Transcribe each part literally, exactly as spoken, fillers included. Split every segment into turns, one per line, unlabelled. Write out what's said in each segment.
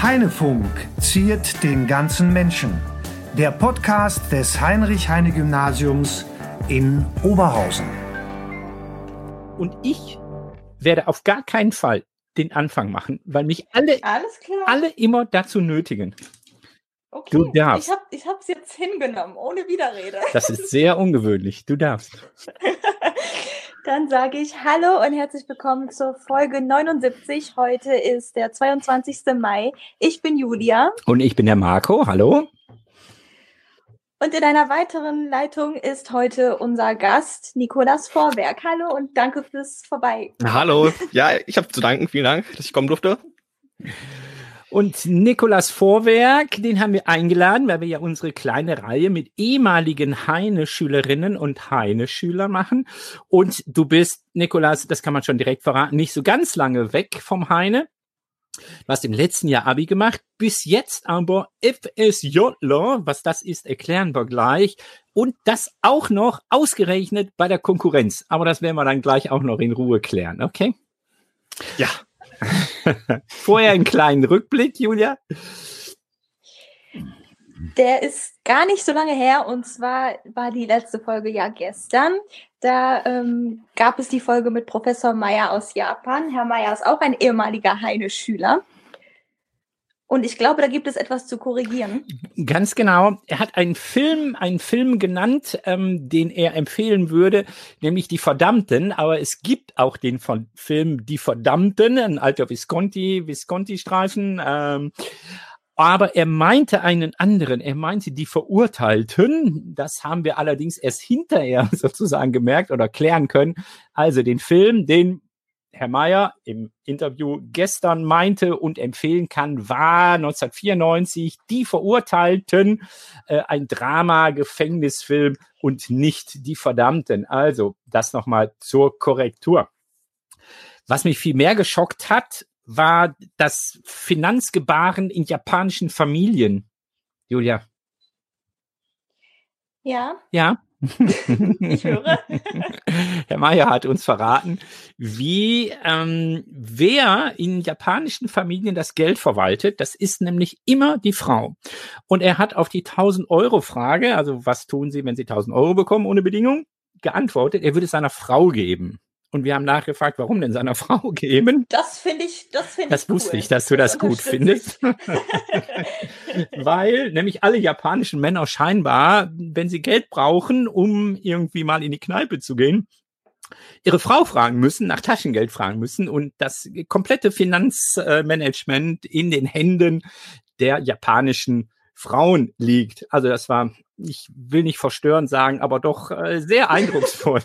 Heinefunk ziert den ganzen Menschen. Der Podcast des Heinrich-Heine-Gymnasiums in Oberhausen.
Und ich werde auf gar keinen Fall den Anfang machen, weil mich alle,
Alles klar.
alle immer dazu nötigen.
Okay,
Du darfst.
ich habe ich hab's jetzt hingenommen, ohne Widerrede.
Das ist sehr ungewöhnlich. Du darfst.
Dann sage ich Hallo und herzlich willkommen zur Folge neunundsiebzig. Heute ist der zweiundzwanzigster Mai. Ich bin Julia.
Und ich bin der Marco. Hallo.
Und in einer weiteren Leitung ist heute unser Gast Nikolas Vorwerk. Hallo und danke fürs Vorbei.
Hallo. Ja, ich habe zu danken. Vielen Dank, dass ich kommen durfte.
Und Nikolas Vorwerk, den haben wir eingeladen, weil wir ja unsere kleine Reihe mit ehemaligen Heine-Schülerinnen und Heine-Schülern machen. Und du bist, Nikolas, das kann man schon direkt verraten, nicht so ganz lange weg vom Heine. Du hast im letzten Jahr Abi gemacht, bis jetzt aber F S Jler, was das ist, erklären wir gleich. Und das auch noch ausgerechnet bei der Konkurrenz. Aber das werden wir dann gleich auch noch in Ruhe klären, okay?
Ja.
Vorher einen kleinen Rückblick, Julia.
Der ist gar nicht so lange her und zwar war die letzte Folge ja gestern. Da ähm, gab es die Folge mit Professor Meyer aus Japan. Herr Meyer ist auch ein ehemaliger Heine-Schüler. Und ich glaube, da gibt es etwas zu korrigieren.
Ganz genau. Er hat einen Film, einen Film genannt, ähm, den er empfehlen würde, nämlich Die Verdammten. Aber es gibt auch den von Film Die Verdammten, ein alter Visconti, Visconti-Streifen. Ähm, aber er meinte einen anderen. Er meinte Die Verurteilten. Das haben wir allerdings erst hinterher sozusagen gemerkt oder klären können. Also den Film, den Herr Meyer im Interview gestern meinte und empfehlen kann, war neunzehnhundertvierundneunzig Die Verurteilten, äh, ein Drama-Gefängnisfilm und nicht Die Verdammten. Also das nochmal zur Korrektur. Was mich viel mehr geschockt hat, war das Finanzgebaren in japanischen Familien. Julia.
Ja.
Ja.
Ich höre.
Herr Meyer hat uns verraten, wie ähm, wer in japanischen Familien das Geld verwaltet. Das ist nämlich immer die Frau. Und er hat auf die tausend-Euro-Frage, also was tun Sie, wenn Sie tausend Euro bekommen ohne Bedingung, geantwortet, er würde es seiner Frau geben. Und wir haben nachgefragt, warum denn seiner Frau geben?
Das finde ich, das finde ich
Das wusste
cool.
ich, dass du das,
Das
gut findest. Weil nämlich alle japanischen Männer scheinbar, wenn sie Geld brauchen, um irgendwie mal in die Kneipe zu gehen, ihre Frau fragen müssen, nach Taschengeld fragen müssen und das komplette Finanzmanagement in den Händen der japanischen Frauen liegt. Also das war, ich will nicht verstörend sagen, aber doch äh, sehr eindrucksvoll.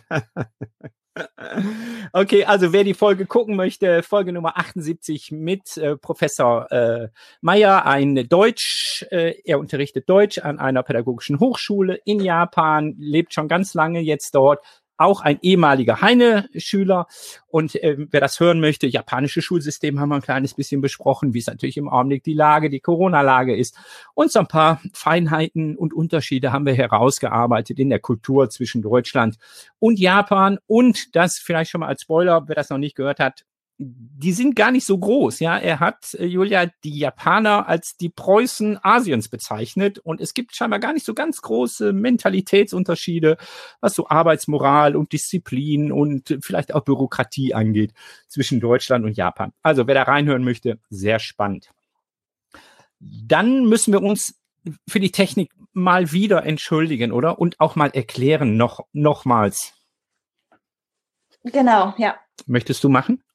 Okay, also wer die Folge gucken möchte, Folge Nummer achtundsiebzig mit äh, Professor äh, Meyer, ein Deutsch, äh, er unterrichtet Deutsch an einer pädagogischen Hochschule in Japan, lebt schon ganz lange jetzt dort, auch ein ehemaliger Heine-Schüler und äh, wer das hören möchte, japanische Schulsystem haben wir ein kleines bisschen besprochen, wie es natürlich im Augenblick die Lage, die Corona-Lage ist und so ein paar Feinheiten und Unterschiede haben wir herausgearbeitet in der Kultur zwischen Deutschland und Japan und das vielleicht schon mal als Spoiler, wer das noch nicht gehört hat, die sind gar nicht so groß, ja. Er hat, äh, Julia, die Japaner als die Preußen Asiens bezeichnet und es gibt scheinbar gar nicht so ganz große Mentalitätsunterschiede, was so Arbeitsmoral und Disziplin und vielleicht auch Bürokratie angeht zwischen Deutschland und Japan. Also wer da reinhören möchte, sehr spannend. Dann müssen wir uns für die Technik mal wieder entschuldigen, oder? Und auch mal erklären, noch nochmals.
Genau, ja.
Möchtest du machen?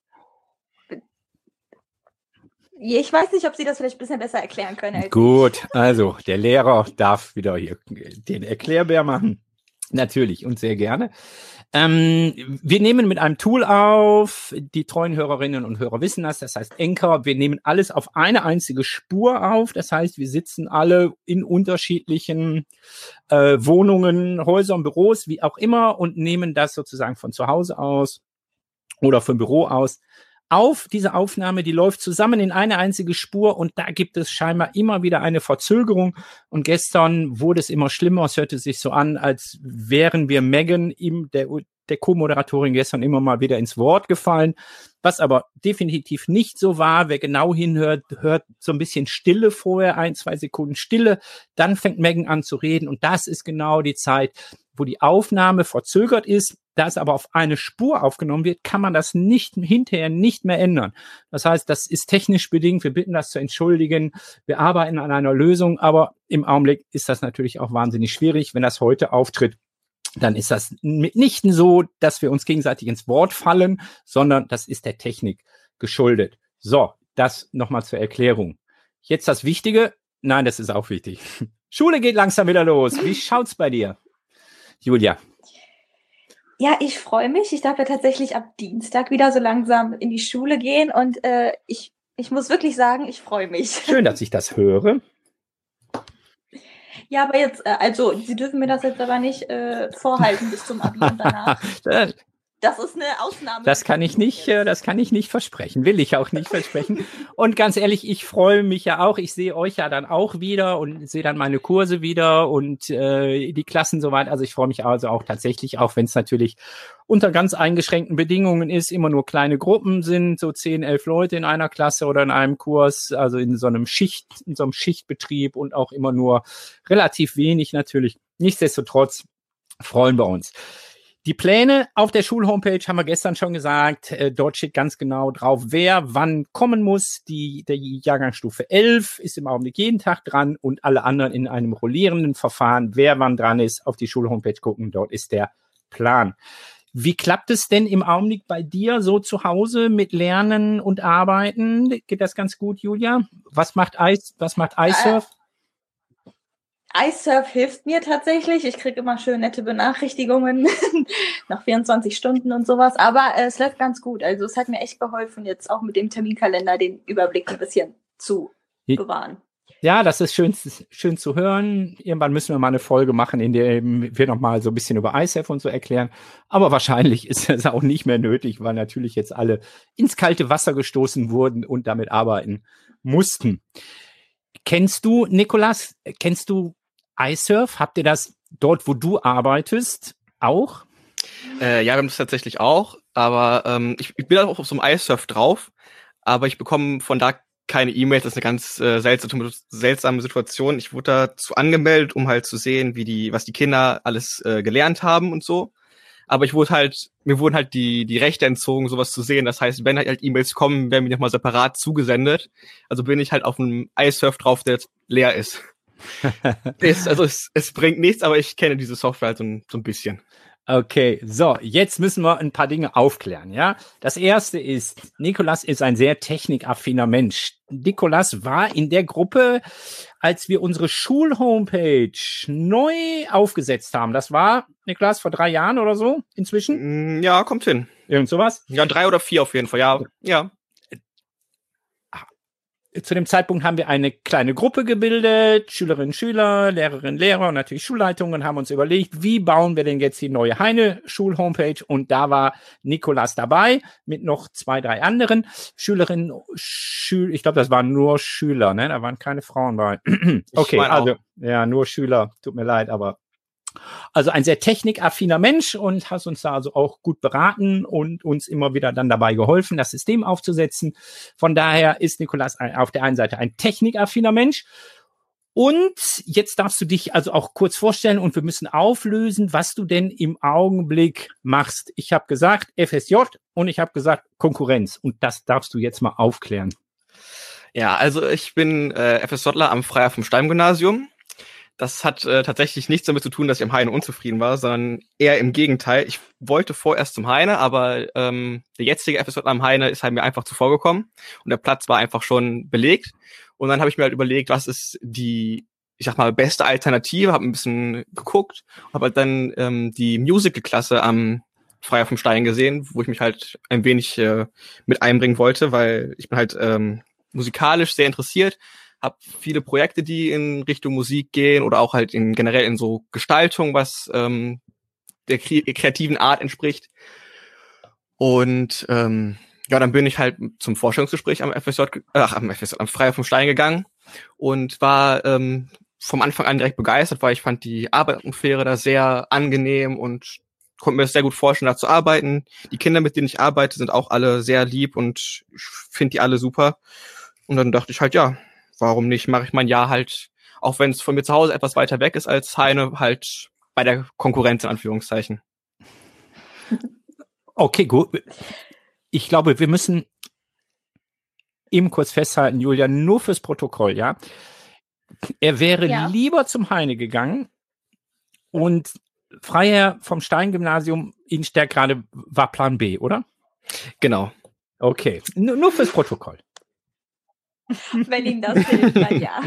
Ich weiß nicht, ob Sie das vielleicht ein bisschen besser erklären können. Als
Gut, also der Lehrer darf wieder hier den Erklärbär machen. Natürlich und sehr gerne. Ähm, wir nehmen mit einem Tool auf, die treuen Hörerinnen und Hörer wissen das, das heißt Anchor. Wir nehmen alles auf eine einzige Spur auf, das heißt, wir sitzen alle in unterschiedlichen äh, Wohnungen, Häusern, Büros, wie auch immer und nehmen das sozusagen von zu Hause aus oder vom Büro aus auf. Diese Aufnahme, die läuft zusammen in eine einzige Spur und da gibt es scheinbar immer wieder eine Verzögerung. Und gestern wurde es immer schlimmer. Es hörte sich so an, als wären wir Megan, im, der, der Co-Moderatorin, gestern immer mal wieder ins Wort gefallen. Was aber definitiv nicht so war. Wer genau hinhört, hört so ein bisschen Stille vorher, ein, zwei Sekunden Stille. Dann fängt Megan an zu reden und das ist genau die Zeit, wo die Aufnahme verzögert ist. Da es aber auf eine Spur aufgenommen wird, kann man das nicht hinterher nicht mehr ändern. Das heißt, das ist technisch bedingt. Wir bitten das zu entschuldigen. Wir arbeiten an einer Lösung, aber im Augenblick ist das natürlich auch wahnsinnig schwierig. Wenn das heute auftritt, dann ist das mitnichten so, dass wir uns gegenseitig ins Wort fallen, sondern das ist der Technik geschuldet. So, das nochmal zur Erklärung. Jetzt das Wichtige. Nein, das ist auch wichtig. Schule geht langsam wieder los. Wie schaut's bei dir, Julia?
Ja, ich freue mich. Ich darf ja tatsächlich ab Dienstag wieder so langsam in die Schule gehen und äh, ich, ich muss wirklich sagen, ich freue mich.
Schön, dass ich das höre.
Ja, aber jetzt, äh, also Sie dürfen mir das jetzt aber nicht äh, vorhalten bis zum Abi und danach. Das ist eine Ausnahme.
Das kann ich nicht, äh, das kann ich nicht versprechen, will ich auch nicht versprechen. Und ganz ehrlich, ich freue mich ja auch. Ich sehe euch ja dann auch wieder und sehe dann meine Kurse wieder und äh, die Klassen soweit. Also ich freue mich also auch tatsächlich, auch wenn es natürlich unter ganz eingeschränkten Bedingungen ist, immer nur kleine Gruppen sind, so zehn, elf Leute in einer Klasse oder in einem Kurs, also in so einem Schicht, in so einem Schichtbetrieb und auch immer nur relativ wenig natürlich. Nichtsdestotrotz freuen wir uns. Die Pläne auf der Schulhomepage haben wir gestern schon gesagt. Äh, dort steht ganz genau drauf, wer wann kommen muss. Die, der Jahrgangsstufe elf ist im Augenblick jeden Tag dran und alle anderen in einem rollierenden Verfahren. Wer wann dran ist, auf die Schulhomepage gucken. Dort ist der Plan. Wie klappt es denn im Augenblick bei dir so zu Hause mit Lernen und Arbeiten? Geht das ganz gut, Julia? Was macht Eis, was macht iSurf?
Äh. iSurf hilft mir tatsächlich. Ich kriege immer schön nette Benachrichtigungen nach vierundzwanzig Stunden und sowas. Aber äh, es läuft ganz gut. Also es hat mir echt geholfen, jetzt auch mit dem Terminkalender den Überblick ein bisschen zu bewahren.
Ja, das ist schön, schön zu hören. Irgendwann müssen wir mal eine Folge machen, in der wir noch mal so ein bisschen über iSurf und so erklären. Aber wahrscheinlich ist es auch nicht mehr nötig, weil natürlich jetzt alle ins kalte Wasser gestoßen wurden und damit arbeiten mussten. Kennst du, Nikolas, kennst du iSurf? Habt ihr das dort, wo du arbeitest, auch?
Äh, ja, wir haben das tatsächlich auch, aber ähm, ich, ich bin auch auf so einem iSurf drauf, aber ich bekomme von da keine E-Mails. Das ist eine ganz äh, seltsame, seltsame Situation. Ich wurde dazu angemeldet, um halt zu sehen, wie die, was die Kinder alles äh, gelernt haben und so. Aber ich wurde halt, mir wurden halt die die Rechte entzogen, sowas zu sehen. Das heißt, wenn halt E-Mails kommen, werden mir nochmal separat zugesendet. Also bin ich halt auf einem iSurf drauf, der jetzt leer ist. ist also es, es bringt nichts, aber ich kenne diese Software halt so ein, so ein bisschen.
Okay, so, jetzt müssen wir ein paar Dinge aufklären, ja. Das erste ist, Nikolas ist ein sehr technikaffiner Mensch. Nikolas war in der Gruppe, als wir unsere Schulhomepage neu aufgesetzt haben. Das war, Nikolas, vor drei Jahren oder so inzwischen?
Ja, kommt hin.
Irgend sowas?
Ja, drei oder vier auf jeden Fall, ja. Ja.
Zu dem Zeitpunkt haben wir eine kleine Gruppe gebildet, Schülerinnen, Schüler, Lehrerinnen, Lehrer und natürlich Schulleitungen, haben uns überlegt, wie bauen wir denn jetzt die neue Heine-Schul-Homepage, und da war Nikolas dabei mit noch zwei, drei anderen Schülerinnen, Schüler, ich glaube, das waren nur Schüler, ne, da waren keine Frauen bei. Okay, also, ja, nur Schüler, tut mir leid, aber also ein sehr technikaffiner Mensch und hast uns da also auch gut beraten und uns immer wieder dann dabei geholfen, das System aufzusetzen. Von daher ist Nikolas ein, auf der einen Seite ein technikaffiner Mensch. Und jetzt darfst du dich also auch kurz vorstellen und wir müssen auflösen, was du denn im Augenblick machst. Ich habe gesagt F S J und ich habe gesagt Konkurrenz, und das darfst du jetzt mal aufklären.
Ja, also ich bin äh, FSJler am Freier vom Stein-Gymnasium. Das hat äh, tatsächlich nichts damit zu tun, dass ich am Heine unzufrieden war, sondern eher im Gegenteil. Ich wollte vorerst zum Heine, aber ähm, der jetzige F S J am Heine ist halt mir einfach zuvor gekommen und der Platz war einfach schon belegt. Und dann habe ich mir halt überlegt, was ist die, ich sag mal, beste Alternative, habe ein bisschen geguckt, habe halt dann ähm, die Musical-Klasse am Freier vom Stein gesehen, wo ich mich halt ein wenig äh, mit einbringen wollte, weil ich bin halt ähm, musikalisch sehr interessiert, habe viele Projekte, die in Richtung Musik gehen oder auch halt in generell in so Gestaltung, was ähm, der kreativen Art entspricht. Und ähm, ja, dann bin ich halt zum Vorstellungsgespräch am F S J, ach, am F S J, am Freier vom Stein gegangen und war ähm, vom Anfang an direkt begeistert, weil ich fand die Arbeitsatmosphäre da sehr angenehm und konnte mir das sehr gut vorstellen, da zu arbeiten. Die Kinder, mit denen ich arbeite, sind auch alle sehr lieb und ich finde die alle super. Und dann dachte ich halt, ja, warum nicht, mache ich mein Jahr halt, auch wenn es von mir zu Hause etwas weiter weg ist als Heine, halt bei der Konkurrenz in Anführungszeichen.
Okay, gut. Ich glaube, wir müssen eben kurz festhalten, Julia, nur fürs Protokoll, ja. Er wäre
Ja.
lieber zum Heine gegangen und Freiherr vom Stein-Gymnasium ihn stärkt gerade, war Plan B, oder?
Genau.
Okay, nur, nur fürs Protokoll.
Wenn Ihnen das hilft, dann ja.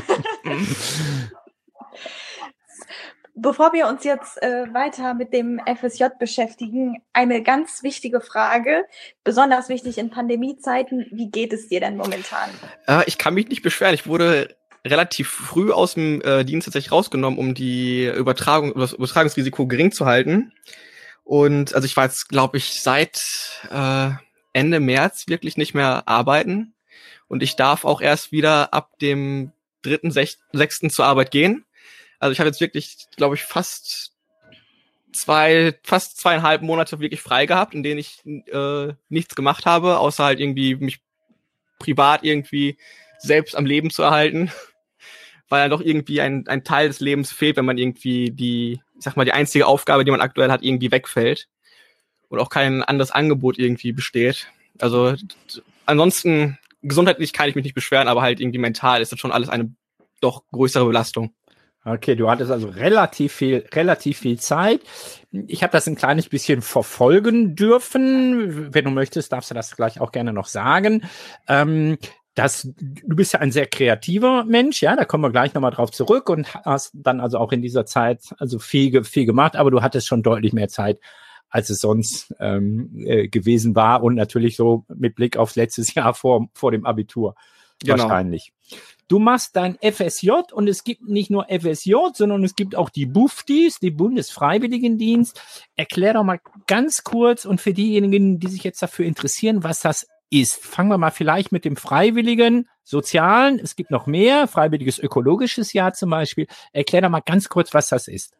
Bevor wir uns jetzt äh, weiter mit dem F S J beschäftigen, eine ganz wichtige Frage, besonders wichtig in Pandemiezeiten. Wie geht es dir denn momentan?
Äh, ich kann mich nicht beschweren. Ich wurde relativ früh aus dem äh, Dienst tatsächlich rausgenommen, um die Übertragung, das Übertragungsrisiko gering zu halten. Und also ich war jetzt, glaube ich, seit äh, Ende März wirklich nicht mehr arbeiten. Und ich darf auch erst wieder ab dem dritten, sechsten zur Arbeit gehen. Also ich habe jetzt wirklich, glaube ich, fast zwei, fast zweieinhalb Monate wirklich frei gehabt, in denen ich äh, nichts gemacht habe, außer halt irgendwie mich privat irgendwie selbst am Leben zu erhalten, weil dann doch irgendwie ein, ein Teil des Lebens fehlt, wenn man irgendwie die, ich sag mal, die einzige Aufgabe, die man aktuell hat, irgendwie wegfällt und auch kein anderes Angebot irgendwie besteht. Also d- ansonsten gesundheitlich kann ich mich nicht beschweren, aber halt irgendwie mental ist das schon alles eine doch größere Belastung.
Okay, du hattest also relativ viel, relativ viel Zeit. Ich habe das ein kleines bisschen verfolgen dürfen. Wenn du möchtest, darfst du das gleich auch gerne noch sagen. Ähm, das, du bist ja ein sehr kreativer Mensch, ja, da kommen wir gleich nochmal drauf zurück und hast dann also auch in dieser Zeit also viel, viel gemacht, aber du hattest schon deutlich mehr Zeit, als es sonst ähm, äh, gewesen war und natürlich so mit Blick aufs letztes Jahr vor, vor dem Abitur
Genau.
wahrscheinlich. Du machst dein F S J und es gibt nicht nur F S J, sondern es gibt auch die BUFDIS, die Bundesfreiwilligendienst. Erklär doch mal ganz kurz und für diejenigen, die sich jetzt dafür interessieren, was das ist. Fangen wir mal vielleicht mit dem Freiwilligen Sozialen. Es gibt noch mehr, Freiwilliges Ökologisches Jahr zum Beispiel. Erklär doch mal ganz kurz, was das ist.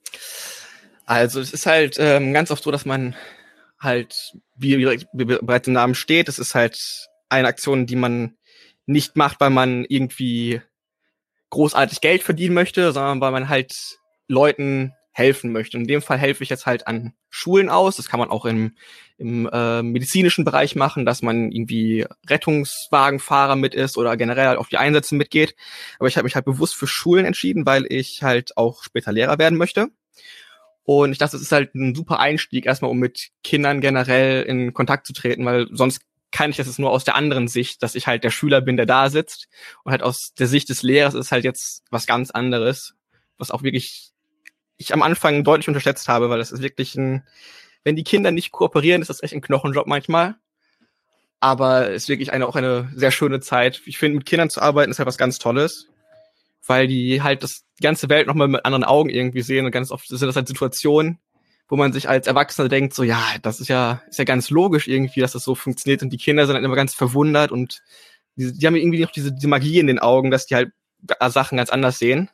Also es ist halt ähm, ganz oft so, dass man halt, wie, wie bereits im Namen steht, es ist halt eine Aktion, die man nicht macht, weil man irgendwie großartig Geld verdienen möchte, sondern weil man halt Leuten helfen möchte. Und in dem Fall helfe ich jetzt halt an Schulen aus. Das kann man auch im, im äh, medizinischen Bereich machen, dass man irgendwie Rettungswagenfahrer mit ist oder generell halt auf die Einsätze mitgeht. Aber ich habe mich halt bewusst für Schulen entschieden, weil ich halt auch später Lehrer werden möchte. Und ich dachte, das ist halt ein super Einstieg, erstmal um mit Kindern generell in Kontakt zu treten, weil sonst kann ich das jetzt nur aus der anderen Sicht, dass ich halt der Schüler bin, der da sitzt. Und halt aus der Sicht des Lehrers ist halt jetzt was ganz anderes, was auch wirklich ich am Anfang deutlich unterschätzt habe, weil das ist wirklich ein, wenn die Kinder nicht kooperieren, ist das echt ein Knochenjob manchmal. Aber es ist wirklich eine, auch eine sehr schöne Zeit. Ich finde, mit Kindern zu arbeiten ist halt was ganz Tolles, weil die halt das, die ganze Welt nochmal mit anderen Augen irgendwie sehen und ganz oft sind das halt Situationen, wo man sich als Erwachsener denkt, so, ja, das ist ja, ist ja ganz logisch irgendwie, dass das so funktioniert und die Kinder sind dann immer ganz verwundert und die, die haben irgendwie noch diese, diese Magie in den Augen, dass die halt Sachen ganz anders sehen.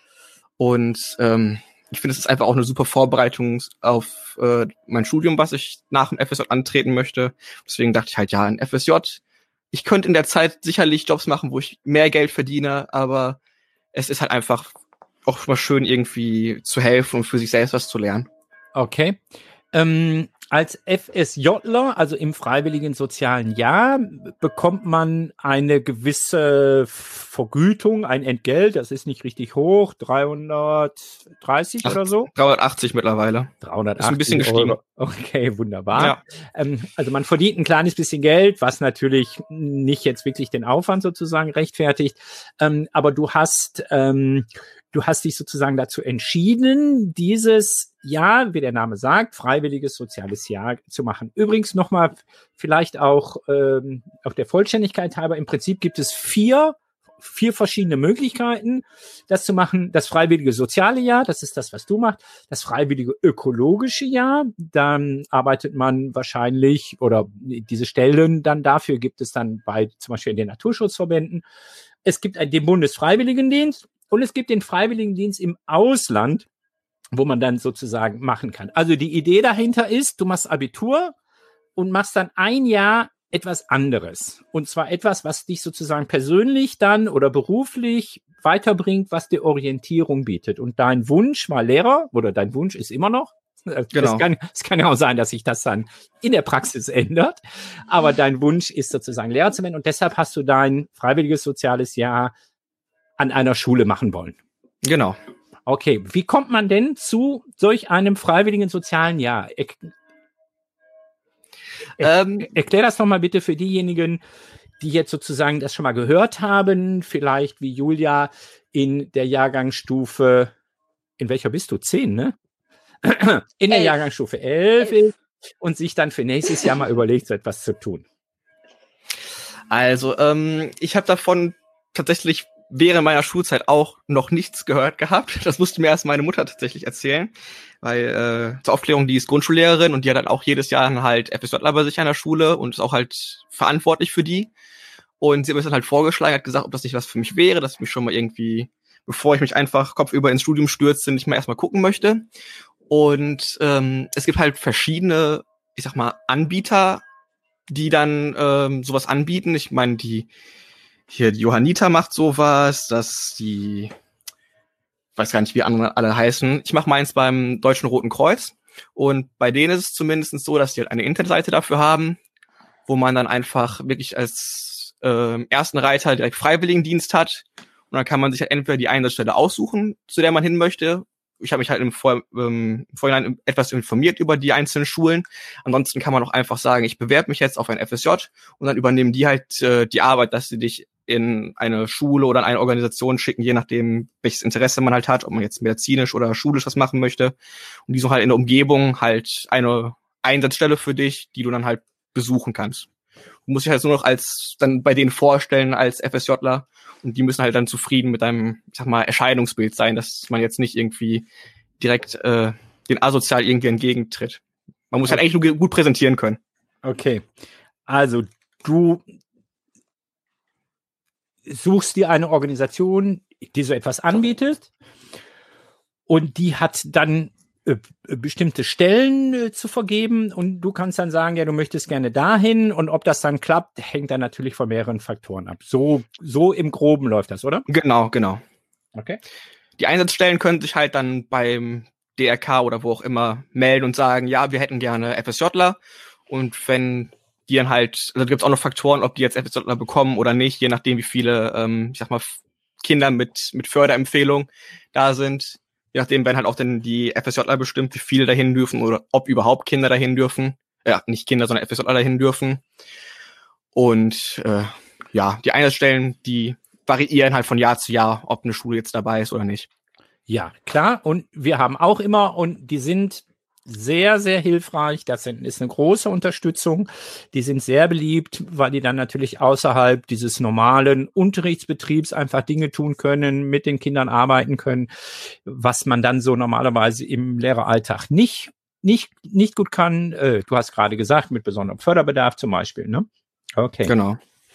Und ähm, ich finde, es ist einfach auch eine super Vorbereitung auf äh, mein Studium, was ich nach dem F S J antreten möchte. Deswegen dachte ich halt, ja, ein F S J, ich könnte in der Zeit sicherlich Jobs machen, wo ich mehr Geld verdiene, aber es ist halt einfach auch mal schön, irgendwie zu helfen und für sich selbst was zu lernen.
Okay. Ähm, als FSJler, also im freiwilligen sozialen Jahr, bekommt man eine gewisse Vergütung, ein Entgelt, das ist nicht richtig hoch, dreihundertdreißig
Ach,
oder so?
dreihundertachtzig mittlerweile.
dreihundertachtzig
Ist ein bisschen gestiegen.
Euro. Okay, wunderbar.
Ja.
Ähm, also man verdient ein kleines bisschen Geld, was natürlich nicht jetzt wirklich den Aufwand sozusagen rechtfertigt. Ähm, aber du hast, ähm, du hast dich sozusagen dazu entschieden, dieses Jahr, wie der Name sagt, freiwilliges soziales Jahr zu machen. Übrigens nochmal vielleicht auch ähm, auf der Vollständigkeit halber, im Prinzip gibt es vier vier verschiedene Möglichkeiten, das zu machen. Das freiwillige soziale Jahr, das ist das, was du machst. Das freiwillige ökologische Jahr, dann arbeitet man wahrscheinlich, oder diese Stellen dann dafür gibt es dann bei zum Beispiel in den Naturschutzverbänden. Es gibt den Bundesfreiwilligendienst und es gibt den Freiwilligendienst im Ausland, wo man dann sozusagen machen kann. Also die Idee dahinter ist, du machst Abitur und machst dann ein Jahr etwas anderes. Und zwar etwas, was dich sozusagen persönlich dann oder beruflich weiterbringt, was dir Orientierung bietet. Und dein Wunsch war Lehrer, oder dein Wunsch ist immer noch. Genau. Es kann, es kann ja auch sein, dass sich das dann in der Praxis ändert. Aber dein Wunsch ist sozusagen Lehrer zu werden. Und deshalb hast du dein freiwilliges soziales Jahr an einer Schule machen wollen.
Genau.
Okay. Wie kommt man denn zu solch einem freiwilligen sozialen Jahr? Er, er, ähm, erklär das doch mal bitte für diejenigen, die jetzt sozusagen das schon mal gehört haben. Vielleicht wie Julia in der Jahrgangsstufe, in welcher bist du? Zehn, ne? In der elf. Jahrgangsstufe elf, elf und sich dann für nächstes Jahr mal überlegt, so etwas zu tun.
Also, ähm, ich habe davon tatsächlich während meiner Schulzeit auch noch nichts gehört gehabt. Das musste mir erst meine Mutter tatsächlich erzählen, weil äh, zur Aufklärung, die ist Grundschullehrerin und die hat dann auch jedes Jahr dann halt FSJler bei sich an der Schule und ist auch halt verantwortlich für die. Und sie hat mir das dann halt vorgeschlagen, hat gesagt, ob das nicht was für mich wäre, dass ich mich schon mal irgendwie, bevor ich mich einfach kopfüber ins Studium stürze, nicht mal erstmal gucken möchte. Und ähm, es gibt halt verschiedene, ich sag mal, Anbieter, die dann ähm, sowas anbieten. Ich meine, die hier die Johanniter macht sowas, dass die, ich weiß gar nicht, wie andere alle heißen. Ich mache meins beim Deutschen Roten Kreuz. Und bei denen ist es zumindest so, dass die halt eine Internetseite dafür haben, wo man dann einfach wirklich als äh, ersten Reiter direkt Freiwilligendienst hat. Und dann kann man sich halt entweder die Einsatzstelle aussuchen, zu der man hin möchte. Ich habe mich halt im, Vor- ähm, im Vorhinein etwas informiert über die einzelnen Schulen. Ansonsten kann man auch einfach sagen, ich bewerbe mich jetzt auf ein F S J und dann übernehmen die halt äh, die Arbeit, dass sie dich in eine Schule oder in eine Organisation schicken, je nachdem, welches Interesse man halt hat, ob man jetzt medizinisch oder schulisch was machen möchte. Und die suchen halt in der Umgebung halt eine Einsatzstelle für dich, die du dann halt besuchen kannst. Du musst dich halt nur noch als dann bei denen vorstellen als FSJler. Und die müssen halt dann zufrieden mit deinem, ich sag mal, Erscheinungsbild sein, dass man jetzt nicht irgendwie direkt äh, den asozial irgendwie entgegentritt. Man muss okay. halt eigentlich nur gut präsentieren können.
Okay. Also du suchst dir eine Organisation, die so etwas anbietet und die hat dann äh, bestimmte Stellen äh, zu vergeben und du kannst dann sagen, ja, du möchtest gerne dahin und ob das dann klappt, hängt dann natürlich von mehreren Faktoren ab. So, so im Groben läuft das, oder?
Genau, genau.
Okay.
Die Einsatzstellen können sich halt dann beim D R K oder wo auch immer melden und sagen, ja, wir hätten gerne FSJler und wenn die dann halt, also da gibt es auch noch Faktoren, ob die jetzt FSJler bekommen oder nicht, je nachdem, wie viele, ähm, ich sag mal, Kinder mit mit Förderempfehlung da sind. Je nachdem werden halt auch dann die FSJler bestimmt, wie viele dahin dürfen oder ob überhaupt Kinder dahin dürfen. Ja, nicht Kinder, sondern FSJler dahin dürfen. Und äh, ja, die Einsatzstellen, die variieren halt von Jahr zu Jahr, ob eine Schule jetzt dabei ist oder nicht.
Ja, klar. Und wir haben auch immer, und die sind sehr, sehr hilfreich. Das ist eine große Unterstützung. Die sind sehr beliebt, weil die dann natürlich außerhalb dieses normalen Unterrichtsbetriebs einfach Dinge tun können, mit den Kindern arbeiten können, was man dann so normalerweise im Lehreralltag nicht, nicht, nicht gut kann. Äh, du hast gerade gesagt, mit besonderem Förderbedarf zum Beispiel, ne? Okay.
Genau.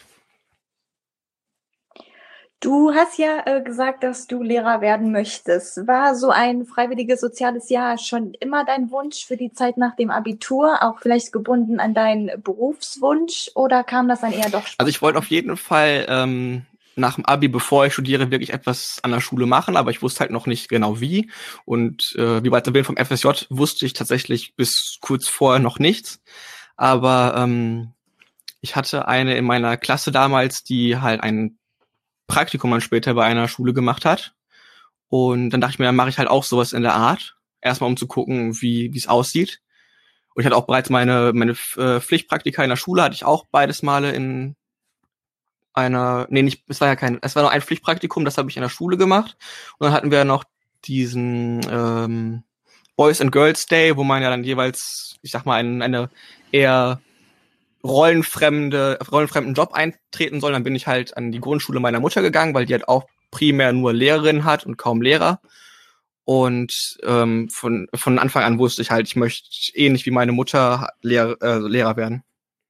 Du hast ja äh, gesagt, dass du Lehrer werden möchtest. War so ein freiwilliges soziales Jahr schon immer dein Wunsch für die Zeit nach dem Abitur, auch vielleicht gebunden an deinen Berufswunsch, oder kam das dann eher doch spontan?
Also ich wollte auf jeden Fall ähm, nach dem Abi, bevor ich studiere, wirklich etwas an der Schule machen, aber ich wusste halt noch nicht genau wie. Und äh, wie weit ich bin vom F S J, wusste ich tatsächlich bis kurz vorher noch nichts. Aber ähm, ich hatte eine in meiner Klasse damals, die halt einen Praktikum dann später bei einer Schule gemacht hat. Und dann dachte ich mir, dann mache ich halt auch sowas in der Art. Erstmal, um zu gucken, wie wie es aussieht. Und ich hatte auch bereits meine meine äh, Pflichtpraktika in der Schule, hatte ich auch beides Male in einer, nee, nicht, es war ja kein, es war noch ein Pflichtpraktikum, das habe ich in der Schule gemacht. Und dann hatten wir noch diesen ähm, Boys and Girls Day, wo man ja dann jeweils, ich sag mal, ein, eine eher rollenfremde, rollenfremden Job eintreten soll, dann bin ich halt an die Grundschule meiner Mutter gegangen, weil die halt auch primär nur Lehrerin hat und kaum Lehrer. Und ähm, von von Anfang an wusste ich halt, ich möchte ähnlich wie meine Mutter Lehr- äh, Lehrer werden.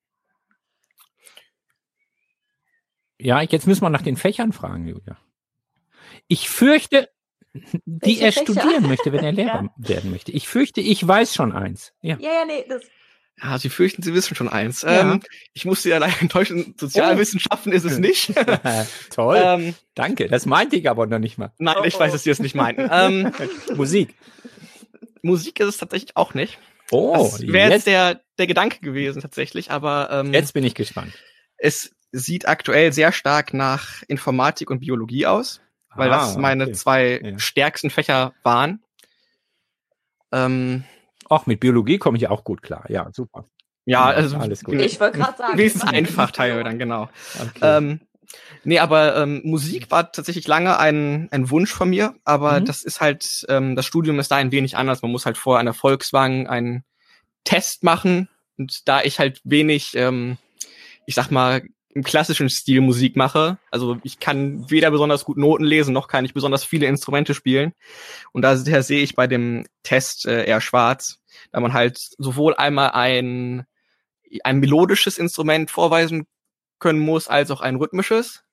Ja, jetzt müssen wir nach den Fächern fragen, Julia. Ich fürchte, die
Welche
er
Fächer?
studieren möchte, wenn er Lehrer
Ja.
werden möchte. Ich fürchte, ich weiß schon eins. Ja.
Ja, ja, nee, das.
Ja, Sie fürchten, Sie wissen schon eins.
Ja.
Ähm, ich muss Sie ja leider enttäuschen, Sozialwissenschaften ist es nicht.
Toll.
ähm,
Danke. Das meinte ich aber noch nicht mal.
nein,
Oh,
ich weiß,
oh.
dass Sie es nicht meinten. Ähm,
Musik.
Musik ist es tatsächlich auch nicht.
Oh,
das wäre
jetzt,
jetzt der, der Gedanke gewesen tatsächlich, aber ähm,
jetzt bin ich gespannt.
es sieht aktuell sehr stark nach Informatik und Biologie aus, weil
Ah,
das meine
okay.
zwei
Ja.
stärksten Fächer waren. Ähm,
Auch mit Biologie komme ich auch gut klar. Ja, super.
ja,
Ja,
also
alles gut.
Ich wollte gerade sagen.
wenigstens einfach Teil dann, genau.
Okay.
Ähm, nee, aber ähm, Musik war tatsächlich lange ein, ein Wunsch von mir, aber
Mhm.
das ist halt, ähm, das Studium ist da ein wenig anders. Man muss halt vorher an der Volkswagen einen Test machen und da ich halt wenig, ähm, ich sag mal, im klassischen Stil Musik mache, also ich kann weder besonders gut Noten lesen, noch kann ich besonders viele Instrumente spielen und daher sehe ich bei dem Test äh, eher schwarz, da man halt sowohl einmal ein ein melodisches Instrument vorweisen können muss, als auch ein rhythmisches.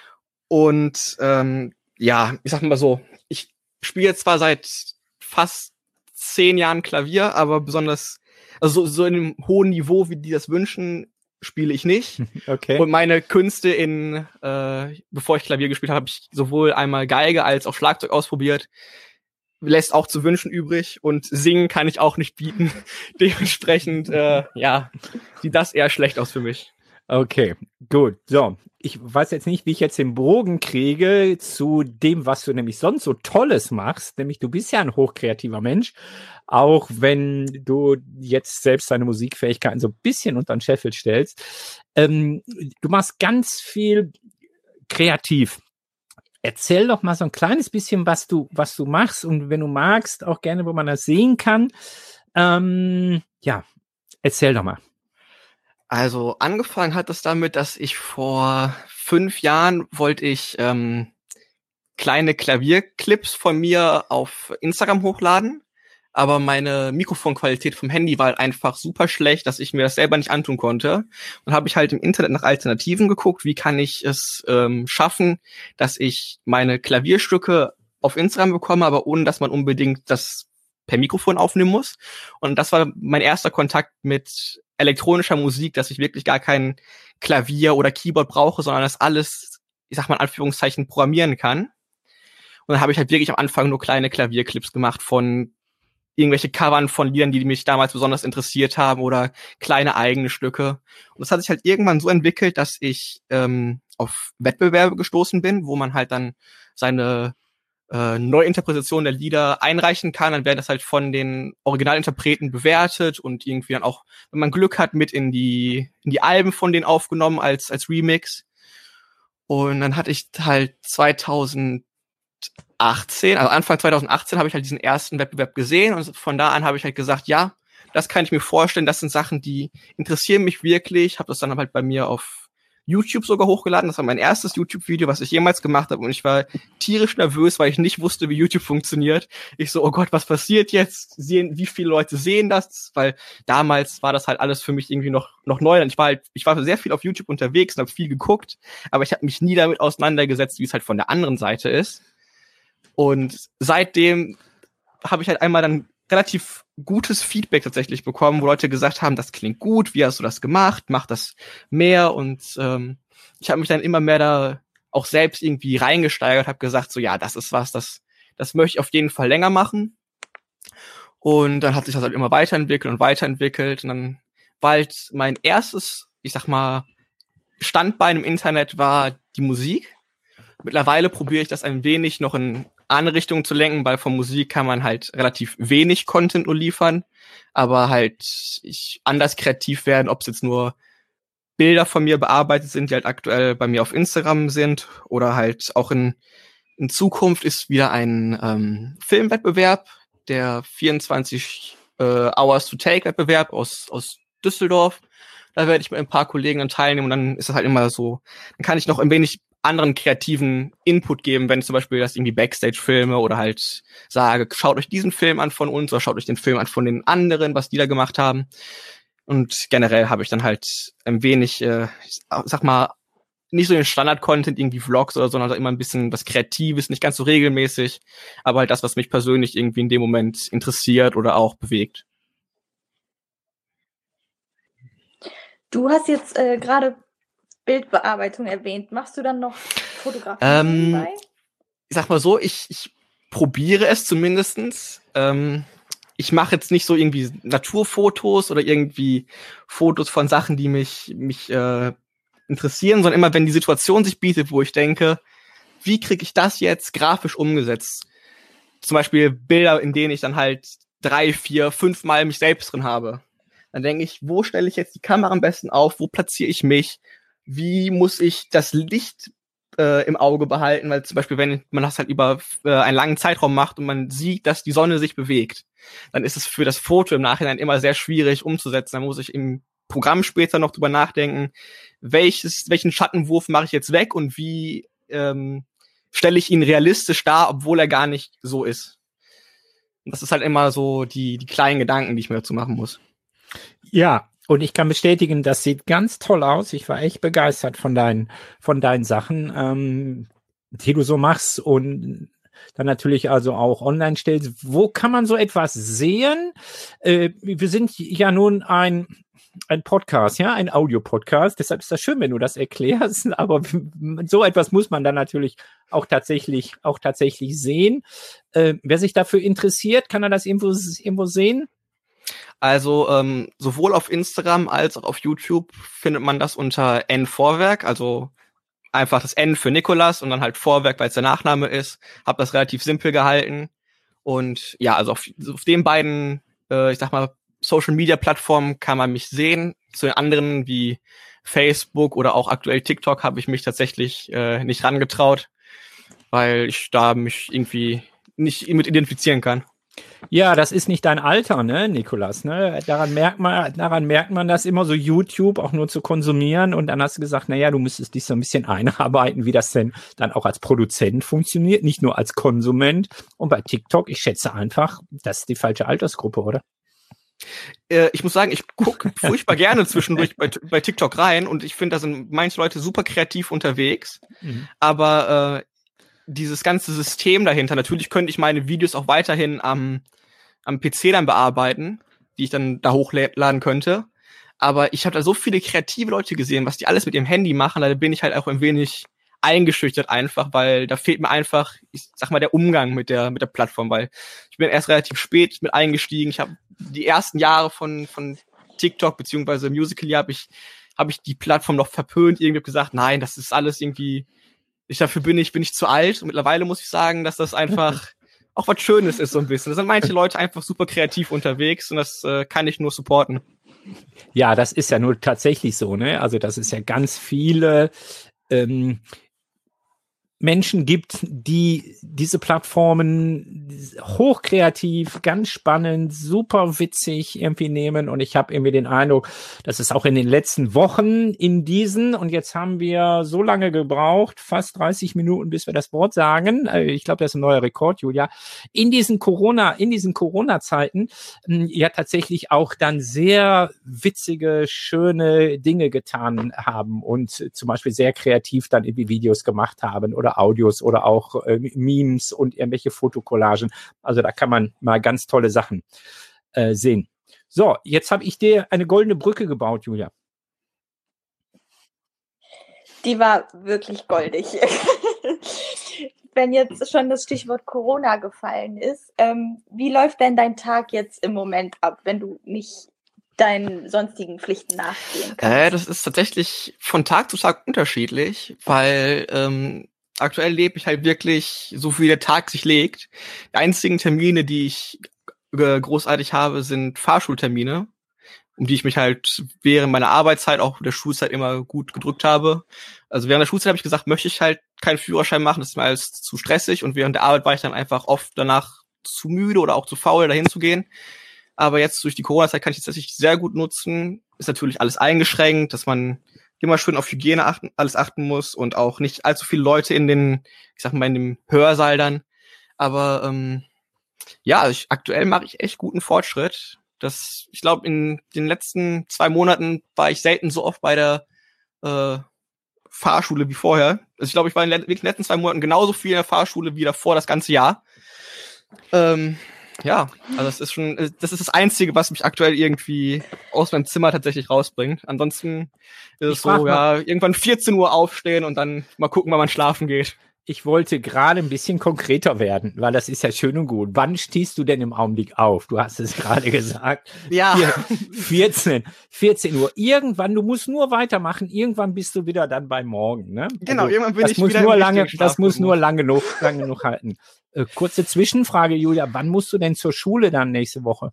Und ähm, ja, ich sag mal so, ich spiele zwar seit fast zehn Jahren Klavier, aber besonders, also so, so in einem hohen Niveau, wie die das wünschen, spiele ich nicht.
Okay.
Und meine Künste in, äh, bevor ich Klavier gespielt habe, habe ich sowohl einmal Geige als auch Schlagzeug ausprobiert. Lässt auch zu wünschen übrig und singen kann ich auch nicht bieten. Dementsprechend, äh, ja, sieht das eher schlecht aus für mich.
Okay, gut. So, ich weiß jetzt nicht, wie ich jetzt den Bogen kriege zu dem, was du nämlich sonst so Tolles machst. Nämlich du bist ja ein hochkreativer Mensch, auch wenn du jetzt selbst deine Musikfähigkeiten so ein bisschen unter den Scheffel stellst. Ähm, du machst ganz viel kreativ. Erzähl doch mal so ein kleines bisschen, was du, was du machst und wenn du magst, auch gerne, wo man das sehen kann. Ähm, ja, erzähl doch mal.
Also angefangen hat es damit, dass ich vor fünf Jahren wollte ich ähm, kleine Klavierclips von mir auf Instagram hochladen, aber meine Mikrofonqualität vom Handy war halt einfach super schlecht, dass ich mir das selber nicht antun konnte. Und habe ich halt im Internet nach Alternativen geguckt, wie kann ich es ähm, schaffen, dass ich meine Klavierstücke auf Instagram bekomme, aber ohne, dass man unbedingt das per Mikrofon aufnehmen muss. Und das war mein erster Kontakt mit elektronischer Musik, dass ich wirklich gar kein Klavier oder Keyboard brauche, sondern das alles, ich sag mal in Anführungszeichen, programmieren kann. Und dann habe ich halt wirklich am Anfang nur kleine Klavierclips gemacht von irgendwelche Covern von Liedern, die mich damals besonders interessiert haben oder kleine eigene Stücke. Und das hat sich halt irgendwann so entwickelt, dass ich ähm, auf Wettbewerbe gestoßen bin, wo man halt dann seine äh, Neuinterpretation der Lieder einreichen kann. Dann werden das halt von den Originalinterpreten bewertet und irgendwie dann auch, wenn man Glück hat, mit in die in die Alben von denen aufgenommen als als Remix. Und dann hatte ich halt zweitausendachtzehn, also Anfang zweitausendachtzehn habe ich halt diesen ersten Wettbewerb gesehen und von da an habe ich halt gesagt, ja, das kann ich mir vorstellen, das sind Sachen, die interessieren mich wirklich. Habe das dann halt bei mir auf YouTube sogar hochgeladen. Das war mein erstes YouTube-Video, was ich jemals gemacht habe und ich war tierisch nervös, weil ich nicht wusste, wie YouTube funktioniert. Ich so, oh Gott, was passiert jetzt? Sehen, wie viele Leute sehen das? Weil damals war das halt alles für mich irgendwie noch noch neu. Und ich war halt, ich war sehr viel auf YouTube unterwegs und habe viel geguckt, aber ich habe mich nie damit auseinandergesetzt, wie es halt von der anderen Seite ist. Und seitdem habe ich halt einmal dann relativ gutes Feedback tatsächlich bekommen, wo Leute gesagt haben, das klingt gut, wie hast du das gemacht, mach das mehr und ähm, ich habe mich dann immer mehr da auch selbst irgendwie reingesteigert, habe gesagt, so ja, das ist was, das das möchte ich auf jeden Fall länger machen und dann hat sich das halt immer weiterentwickelt und weiterentwickelt und dann war halt mein erstes, ich sag mal, Standbein im Internet war die Musik. Mittlerweile probiere ich das ein wenig noch in andere Richtungen zu lenken, weil von Musik kann man halt relativ wenig Content nur liefern, aber halt ich anders kreativ werden, ob es jetzt nur Bilder von mir bearbeitet sind, die halt aktuell bei mir auf Instagram sind oder halt auch in, in Zukunft ist wieder ein ähm, Filmwettbewerb, der vierundzwanzig äh, Hours to Take Wettbewerb aus, aus Düsseldorf. Da werde ich mit ein paar Kollegen dann teilnehmen und dann ist das halt immer so, dann kann ich noch ein wenig anderen kreativen Input geben, wenn ich zum Beispiel das irgendwie Backstage filme oder halt sage, schaut euch diesen Film an von uns oder schaut euch den Film an von den anderen, was die da gemacht haben. Und generell habe ich dann halt ein wenig, äh, ich sag mal, nicht so den Standard-Content, irgendwie Vlogs oder so, sondern immer ein bisschen was Kreatives, nicht ganz so regelmäßig, aber halt das, was mich persönlich irgendwie in dem Moment interessiert oder auch bewegt.
Du hast jetzt äh, gerade Bildbearbeitung erwähnt. Machst du dann noch Fotografie
Ähm,
dabei?
ich sag mal so, ich, ich probiere es zumindestens. Ähm, ich mache jetzt nicht so irgendwie Naturfotos oder irgendwie Fotos von Sachen, die mich, mich äh, interessieren, sondern immer, wenn die Situation sich bietet, wo ich denke, wie kriege ich das jetzt grafisch umgesetzt? Zum Beispiel Bilder, in denen ich dann halt drei, vier, fünf Mal mich selbst drin habe. Dann denke ich, wo stelle ich jetzt die Kamera am besten auf? Wo platziere ich mich? Wie muss ich das Licht äh, im Auge behalten? Weil zum Beispiel, wenn man das halt über äh, einen langen Zeitraum macht und man sieht, dass die Sonne sich bewegt, dann ist es für das Foto im Nachhinein immer sehr schwierig umzusetzen. Dann muss ich im Programm später noch drüber nachdenken, welches, welchen Schattenwurf mache ich jetzt weg und wie ähm, stelle ich ihn realistisch dar, obwohl er gar nicht so ist. Und das ist halt immer so die, die kleinen Gedanken, die ich mir dazu machen muss.
Ja, und ich kann bestätigen, das sieht ganz toll aus. Ich war echt begeistert von deinen, von deinen Sachen, ähm, die du so machst und dann natürlich also auch online stellst. Wo kann man so etwas sehen? Äh, wir sind ja nun ein, ein Podcast, ja, ein Audio-Podcast. Deshalb ist das schön, wenn du das erklärst. Aber so etwas muss man dann natürlich auch tatsächlich, auch tatsächlich sehen. Äh, wer sich dafür interessiert, kann er das irgendwo, irgendwo sehen?
Also ähm, sowohl auf Instagram als auch auf YouTube findet man das unter N Vorwerk, also einfach das N für Nikolas und dann halt Vorwerk, weil es der Nachname ist. Hab das relativ simpel gehalten und ja, also auf, auf den beiden, äh, ich sag mal, Social-Media-Plattformen kann man mich sehen. Zu den anderen wie Facebook oder auch aktuell TikTok habe ich mich tatsächlich äh, nicht rangetraut, weil ich da mich irgendwie nicht mit identifizieren kann.
Ja, das ist nicht dein Alter, ne, Nikolas, ne? Daran merkt man, daran merkt man das immer so, YouTube auch nur zu konsumieren und dann hast du gesagt, na ja, du müsstest dich so ein bisschen einarbeiten, wie das denn dann auch als Produzent funktioniert, nicht nur als Konsument. Und bei TikTok, ich schätze einfach, das ist die falsche Altersgruppe, oder?
Äh, ich muss sagen, ich gucke furchtbar gerne zwischendurch bei, bei TikTok rein und ich finde, da sind manche Leute super kreativ unterwegs, mhm. aber äh, dieses ganze System dahinter, natürlich könnte ich meine Videos auch weiterhin am, am P C dann bearbeiten, die ich dann da hochladen könnte. Aber ich habe da so viele kreative Leute gesehen, was die alles mit ihrem Handy machen, da bin ich halt auch ein wenig eingeschüchtert einfach, weil da fehlt mir einfach, ich sag mal, der Umgang mit der mit der Plattform, weil ich bin erst relativ spät mit eingestiegen. Ich habe die ersten Jahre von von TikTok beziehungsweise Musical.ly habe ich habe ich die Plattform noch verpönt, irgendwie gesagt, nein, das ist alles irgendwie Ich dafür bin ich, bin ich zu alt. Und mittlerweile muss ich sagen, dass das einfach auch was Schönes ist, so ein bisschen. Da sind manche Leute einfach super kreativ unterwegs und das äh, kann ich nur supporten.
Ja, das ist ja nur tatsächlich so, ne? Also, dass es ja ganz viele ähm, Menschen gibt, die diese Plattformen hochkreativ, ganz spannend, super witzig irgendwie nehmen. Und ich habe irgendwie den Eindruck, dass es auch in den letzten Wochen in diesen, und jetzt haben wir so lange gebraucht, fast dreißig Minuten, bis wir das Wort sagen. Ich glaube, das ist ein neuer Rekord, Julia. In diesen Corona, in diesen Corona-Zeiten ja tatsächlich auch dann sehr witzige, schöne Dinge getan haben und zum Beispiel sehr kreativ dann irgendwie Videos gemacht haben oder Audios oder auch äh, Memes und irgendwelche Fotokollagen. Also da kann man mal ganz tolle Sachen äh, sehen. So, jetzt habe ich dir eine goldene Brücke gebaut, Julia.
Die war wirklich goldig. Wenn jetzt schon das Stichwort Corona gefallen ist, ähm, wie läuft denn dein Tag jetzt im Moment ab, wenn du nicht deinen sonstigen Pflichten nachgehen kannst?
Äh, das ist tatsächlich von Tag zu Tag unterschiedlich, weil ähm, aktuell lebe ich halt wirklich so, wie der Tag sich legt. Die einzigen Termine, die ich äh, großartig habe, sind Fahrschultermine, um die ich mich halt während meiner Arbeitszeit, auch der Schulzeit immer gut gedrückt habe. Also während der Schulzeit habe ich gesagt, möchte ich halt keinen Führerschein machen, das ist mir alles zu stressig. Und während der Arbeit war ich dann einfach oft danach zu müde oder auch zu faul, dahin zu gehen. Aber jetzt durch die Corona-Zeit kann ich es tatsächlich sehr gut nutzen. Ist natürlich alles eingeschränkt, dass man immer schön auf Hygiene achten, alles achten muss und auch nicht allzu viele Leute in den, ich sag mal, in dem Hörsaal dann. Aber ähm, ja, ich, aktuell mache ich echt guten Fortschritt. Das, ich glaube, in den letzten zwei Monaten war ich selten so oft bei der äh, Fahrschule wie vorher. Also ich glaube, ich war in den letzten zwei Monaten genauso viel in der Fahrschule wie davor das ganze Jahr. Ähm, ja, also das ist schon, das ist das Einzige, was mich aktuell irgendwie aus meinem Zimmer tatsächlich rausbringt. Ansonsten ist es so, ja, irgendwann vierzehn Uhr aufstehen und dann mal gucken, wann man schlafen geht.
Ich wollte gerade ein bisschen konkreter werden, weil das ist ja schön und gut. Wann stehst du denn im Augenblick auf? Du hast es gerade gesagt.
Ja.
vierzehn, vierzehn Uhr. Irgendwann, du musst nur weitermachen. Irgendwann bist du wieder dann bei morgen, ne?
Genau,
also,
irgendwann bin
das
ich
muss
wieder
nur
im
lange,
richtigen
Das muss
Schlafrhythmus.
nur lange genug, lange genug halten. Äh, kurze Zwischenfrage, Julia. Wann musst du denn zur Schule dann nächste Woche?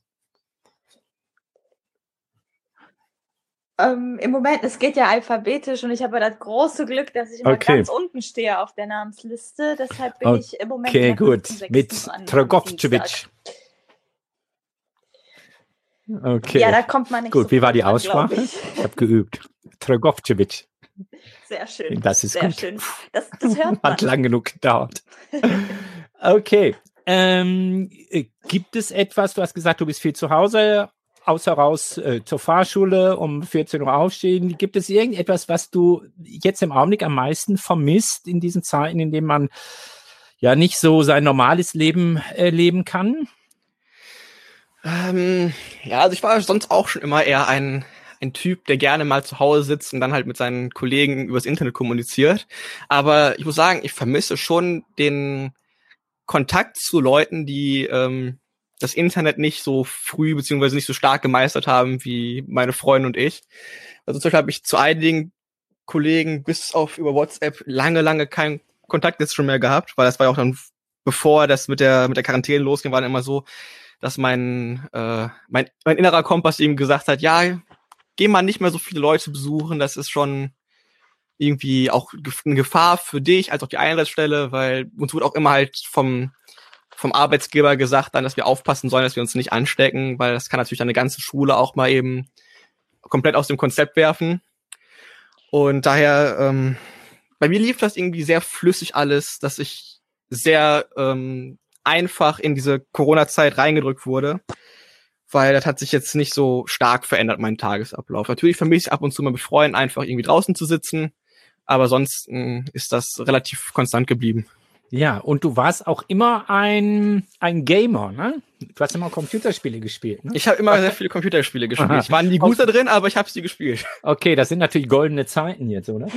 Ähm, Im Moment, es geht ja alphabetisch und ich habe das große Glück, dass ich immer
Okay.
ganz unten stehe auf der Namensliste. Deshalb bin
Okay,
ich im Moment
Okay,
in der
gut.
fünften, sechsten
Mit
dran, am
Trogovcevic.
Dienstag.
Okay.
Ja, da kommt man nicht
Gut,
so
wie war die
dran,
Aussprache?
glaub ich.
Ich habe geübt. Trogovcevic.
Sehr schön.
Das ist
Sehr
gut.
schön. Das, das hört man.
Hat lang genug gedauert. Okay. Ähm, äh, gibt es etwas, du hast gesagt, du bist viel zu Hause, außer raus äh, zur Fahrschule, um vierzehn Uhr aufstehen. Gibt es irgendetwas, was du jetzt im Augenblick am meisten vermisst in diesen Zeiten, in denen man ja nicht so sein normales Leben äh, leben kann?
Ähm, ja, also ich war sonst auch schon immer eher ein ein Typ, der gerne mal zu Hause sitzt und dann halt mit seinen Kollegen übers Internet kommuniziert. Aber ich muss sagen, ich vermisse schon den Kontakt zu Leuten, die ähm, das Internet nicht so früh beziehungsweise nicht so stark gemeistert haben wie meine Freunde und ich. Also zum Beispiel habe ich zu einigen Kollegen bis auf über WhatsApp lange, lange keinen Kontakt jetzt schon mehr gehabt, weil das war ja auch dann, bevor das mit der mit der Quarantäne losging, war dann immer so, dass mein äh, mein mein innerer Kompass ihm gesagt hat, ja, geh mal nicht mehr so viele Leute besuchen, das ist schon irgendwie auch eine Gefahr für dich, als auch die Einsatzstelle, weil uns wird auch immer halt vom vom Arbeitsgeber gesagt dann, dass wir aufpassen sollen, dass wir uns nicht anstecken, weil das kann natürlich eine ganze Schule auch mal eben komplett aus dem Konzept werfen. Und daher, ähm, bei mir lief das irgendwie sehr flüssig alles, dass ich sehr ähm, einfach in diese Corona-Zeit reingedrückt wurde, weil das hat sich jetzt nicht so stark verändert, mein Tagesablauf. Natürlich vermisse ich ab und zu mal mit Freunden einfach irgendwie draußen zu sitzen, aber sonst mh, ist das relativ konstant geblieben.
Ja, und du warst auch immer ein, ein Gamer, ne? Du hast immer Computerspiele gespielt, ne?
Ich habe immer sehr viele Computerspiele gespielt.
Aha.
Ich war nie gut da drin, aber ich habe sie gespielt.
Okay, das sind natürlich goldene Zeiten jetzt, oder?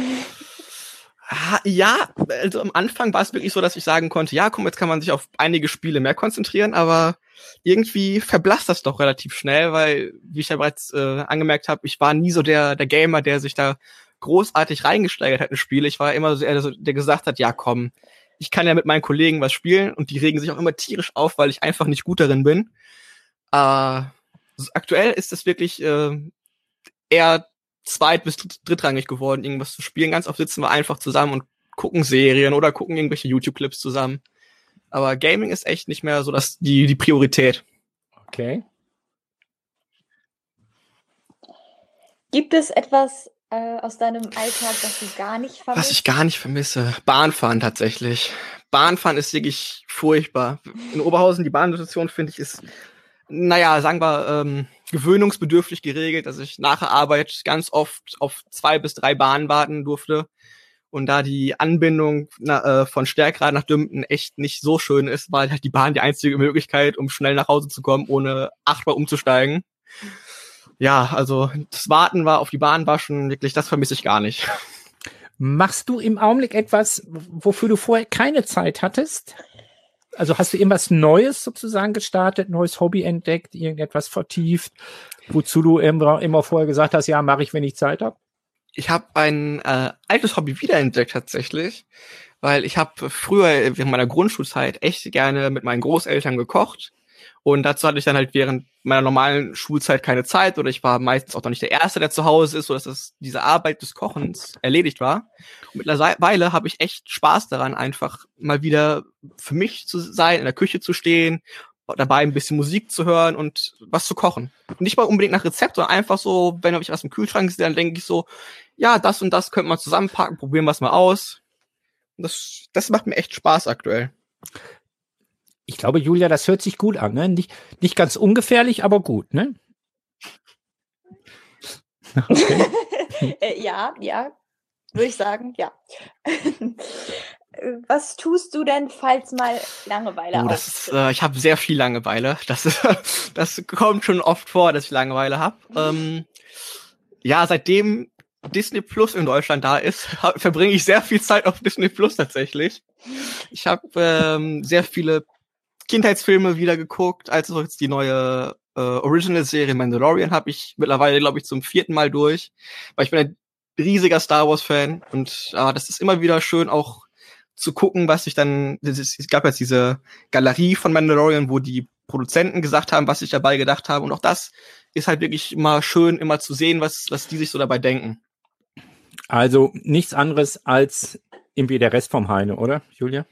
Ah, ja, also am Anfang war es wirklich so, dass ich sagen konnte, ja, komm, jetzt kann man sich auf einige Spiele mehr konzentrieren, aber irgendwie verblasst das doch relativ schnell, weil, wie ich ja bereits äh, angemerkt habe, ich war nie so der der Gamer, der sich da großartig reingesteigert hat in Spiele. Ich war immer so der, der gesagt hat, ja, komm, ich kann ja mit meinen Kollegen was spielen und die regen sich auch immer tierisch auf, weil ich einfach nicht gut darin bin. Äh, aktuell ist es wirklich äh, eher zweit- bis drittrangig geworden, irgendwas zu spielen. Ganz oft sitzen wir einfach zusammen und gucken Serien oder gucken irgendwelche YouTube-Clips zusammen. Aber Gaming ist echt nicht mehr so das, die, die Priorität.
Okay.
Gibt es etwas äh, aus deinem Alltag, das du gar nicht vermisst?
Was ich gar nicht vermisse, Bahnfahren tatsächlich. Bahnfahren ist wirklich furchtbar. In Oberhausen, die Bahnsituation, finde ich, ist, naja, sagen wir, ähm, gewöhnungsbedürftig geregelt, dass ich nach der Arbeit ganz oft auf zwei bis drei Bahnen warten durfte. Und da die Anbindung na, äh, von Stärkrade nach Dümpen echt nicht so schön ist, war halt die Bahn die einzige Möglichkeit, um schnell nach Hause zu kommen, ohne achtmal umzusteigen. Ja, also das Warten war auf die Bahn war schon wirklich, das vermisse ich gar nicht.
Machst du im Augenblick etwas, wofür du vorher keine Zeit hattest? Also hast du irgendwas Neues sozusagen gestartet, neues Hobby entdeckt, irgendetwas vertieft, wozu du immer, immer vorher gesagt hast, ja, mache ich, wenn ich Zeit habe?
Ich habe ein äh, altes Hobby wiederentdeckt tatsächlich, weil ich habe früher während meiner Grundschulzeit echt gerne mit meinen Großeltern gekocht und dazu hatte ich dann halt während meiner normalen Schulzeit keine Zeit oder ich war meistens auch noch nicht der Erste, der zu Hause ist, sodass das, diese Arbeit des Kochens erledigt war. Und mittlerweile habe ich echt Spaß daran, einfach mal wieder für mich zu sein, in der Küche zu stehen, dabei ein bisschen Musik zu hören und was zu kochen. Nicht mal unbedingt nach Rezept, sondern einfach so, wenn ich was im Kühlschrank sehe, dann denke ich so, ja, das und das könnte man zusammenpacken, probieren wir es mal aus. Das, das macht mir echt Spaß aktuell.
Ich glaube, Julia, das hört sich gut an, ne? Nicht, nicht ganz ungefährlich, aber gut, ne?
Okay. äh, ja, ja, würde ich sagen, ja. Was tust du denn, falls mal Langeweile
oh, das ist, äh, ich habe sehr viel Langeweile. Das, ist, das kommt schon oft vor, dass ich Langeweile habe. Ähm, ja, seitdem Disney Plus in Deutschland da ist, hab, verbringe ich sehr viel Zeit auf Disney Plus tatsächlich. Ich habe ähm, sehr viele Kindheitsfilme wieder geguckt, also jetzt die neue äh, Original-Serie Mandalorian habe ich mittlerweile, glaube ich, zum vierten Mal durch, weil ich bin ein riesiger Star Wars-Fan und äh, das ist immer wieder schön auch zu gucken, was ich dann, es gab jetzt diese Galerie von Mandalorian, wo die Produzenten gesagt haben, was sich dabei gedacht haben und auch das ist halt wirklich immer schön, immer zu sehen, was, was die sich so dabei denken.
Also nichts anderes als irgendwie der Rest vom Heine, oder, Julia?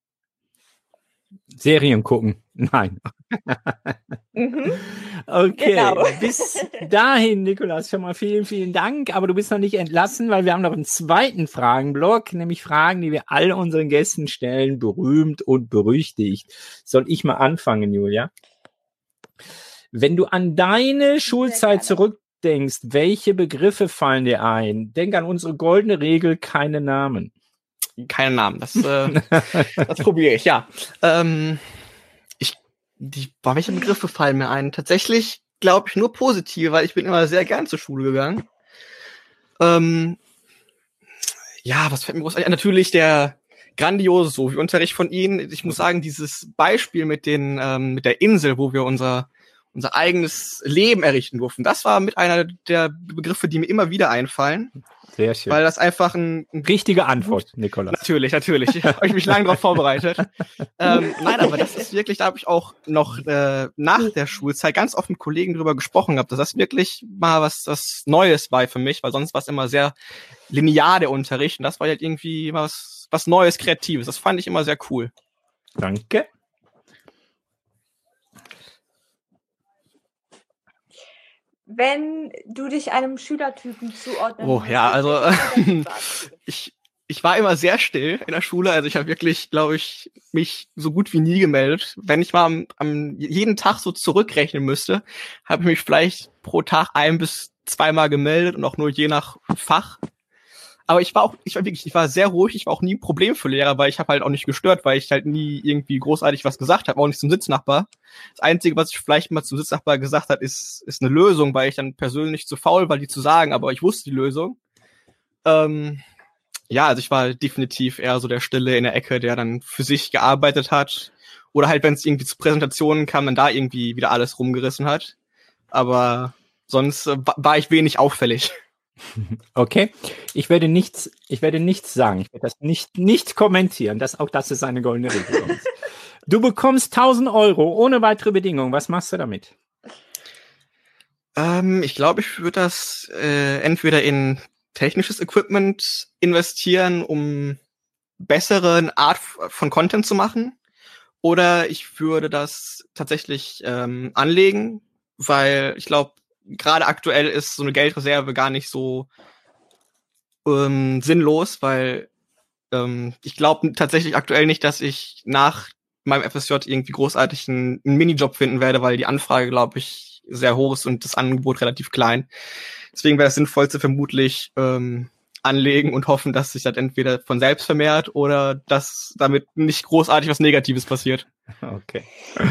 Serien gucken. Nein.
Mhm.
Okay,
genau.
Bis dahin, Nikolaus, schon mal vielen, vielen Dank. Aber du bist noch nicht entlassen, weil wir haben noch einen zweiten Fragenblock, nämlich Fragen, die wir all unseren Gästen stellen, berühmt und berüchtigt. Soll ich mal anfangen, Julia? Wenn du an deine Schulzeit zurückdenkst, welche Begriffe fallen dir ein? Denk an unsere goldene Regel, keine Namen.
Keine Namen, das, äh, das probiere ich, ja. Ähm, ich, die, boah, welche Begriffe fallen mir ein? Tatsächlich glaube ich nur positive, weil ich bin immer sehr gern zur Schule gegangen. Ähm, ja, was fällt mir groß ein? Natürlich der grandiose Sovi-Unterricht von Ihnen. Ich muss sagen, dieses Beispiel mit den, ähm, mit der Insel, wo wir unser, unser eigenes Leben errichten durften, das war mit einer der Begriffe, die mir immer wieder einfallen.
Sehr schön.
Weil das einfach ein,
ein richtige Antwort, Nikolaus.
Natürlich, natürlich. Ich habe mich lange darauf vorbereitet. ähm, nein, aber das ist wirklich, da habe ich auch noch äh, nach der Schulzeit ganz oft mit Kollegen drüber gesprochen gehabt, dass das wirklich mal was, was Neues war für mich, weil sonst war es immer sehr linear, der Unterricht. Und das war halt irgendwie was, was Neues, Kreatives. Das fand ich immer sehr cool.
Danke.
Wenn du dich einem Schülertypen zuordnen
Oh ja, also äh, ich, ich war immer sehr still in der Schule. Also ich habe wirklich, glaube ich, mich so gut wie nie gemeldet. Wenn ich mal am, am jeden Tag so zurückrechnen müsste, habe ich mich vielleicht pro Tag ein bis zweimal gemeldet und auch nur je nach Fach. Aber ich war auch, ich war wirklich, ich war sehr ruhig, ich war auch nie ein Problem für Lehrer, weil ich habe halt auch nicht gestört, weil ich halt nie irgendwie großartig was gesagt habe, auch nicht zum Sitznachbar. Das Einzige, was ich vielleicht mal zum Sitznachbar gesagt habe, ist, ist eine Lösung, weil ich dann persönlich zu faul war, die zu sagen, aber ich wusste die Lösung. Ähm, ja, also ich war definitiv eher so der Stille in der Ecke, der dann für sich gearbeitet hat. Oder halt, wenn es irgendwie zu Präsentationen kam, dann da irgendwie wieder alles rumgerissen hat. Aber sonst äh, war ich wenig auffällig.
Okay, ich werde nichts, ich werde nichts sagen. Ich werde das nicht, nicht kommentieren. Das, auch das ist eine goldene Regel. Du bekommst tausend Euro ohne weitere Bedingungen. Was machst du damit?
Ähm, ich glaube, ich würde das äh, entweder in technisches Equipment investieren, um bessere Art von Content zu machen, oder ich würde das tatsächlich ähm, anlegen, weil ich glaube, gerade aktuell ist so eine Geldreserve gar nicht so ähm, sinnlos, weil ähm, ich glaube tatsächlich aktuell nicht, dass ich nach meinem F S J irgendwie großartig einen, einen Minijob finden werde, weil die Anfrage, glaube ich, sehr hoch ist und das Angebot relativ klein. Deswegen wäre das Sinnvollste vermutlich ähm, anlegen und hoffen, dass sich das entweder von selbst vermehrt oder dass damit nicht großartig was Negatives passiert.
Okay.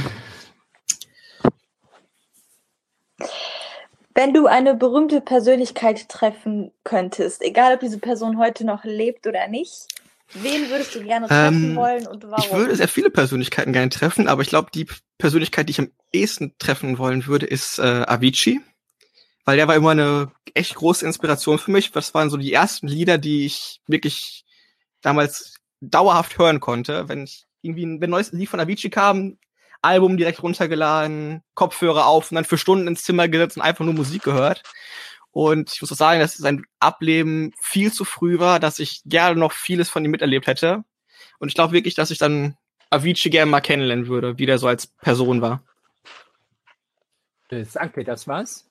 Wenn du eine berühmte Persönlichkeit treffen könntest, egal ob diese Person heute noch lebt oder nicht, wen würdest du gerne treffen
ähm,
wollen und warum?
Ich würde sehr viele Persönlichkeiten gerne treffen, aber ich glaube, die Persönlichkeit, die ich am ehesten treffen wollen würde, ist äh, Avicii. Weil der war immer eine echt große Inspiration für mich. Das waren so die ersten Lieder, die ich wirklich damals dauerhaft hören konnte. Wenn ich irgendwie ein, wenn ein neues Lied von Avicii kam, Album direkt runtergeladen, Kopfhörer auf und dann für Stunden ins Zimmer gesetzt und einfach nur Musik gehört. Und ich muss auch sagen, dass sein Ableben viel zu früh war, dass ich gerne noch vieles von ihm miterlebt hätte. Und ich glaube wirklich, dass ich dann Avicii gerne mal kennenlernen würde, wie der so als Person war.
Äh, danke, das war's.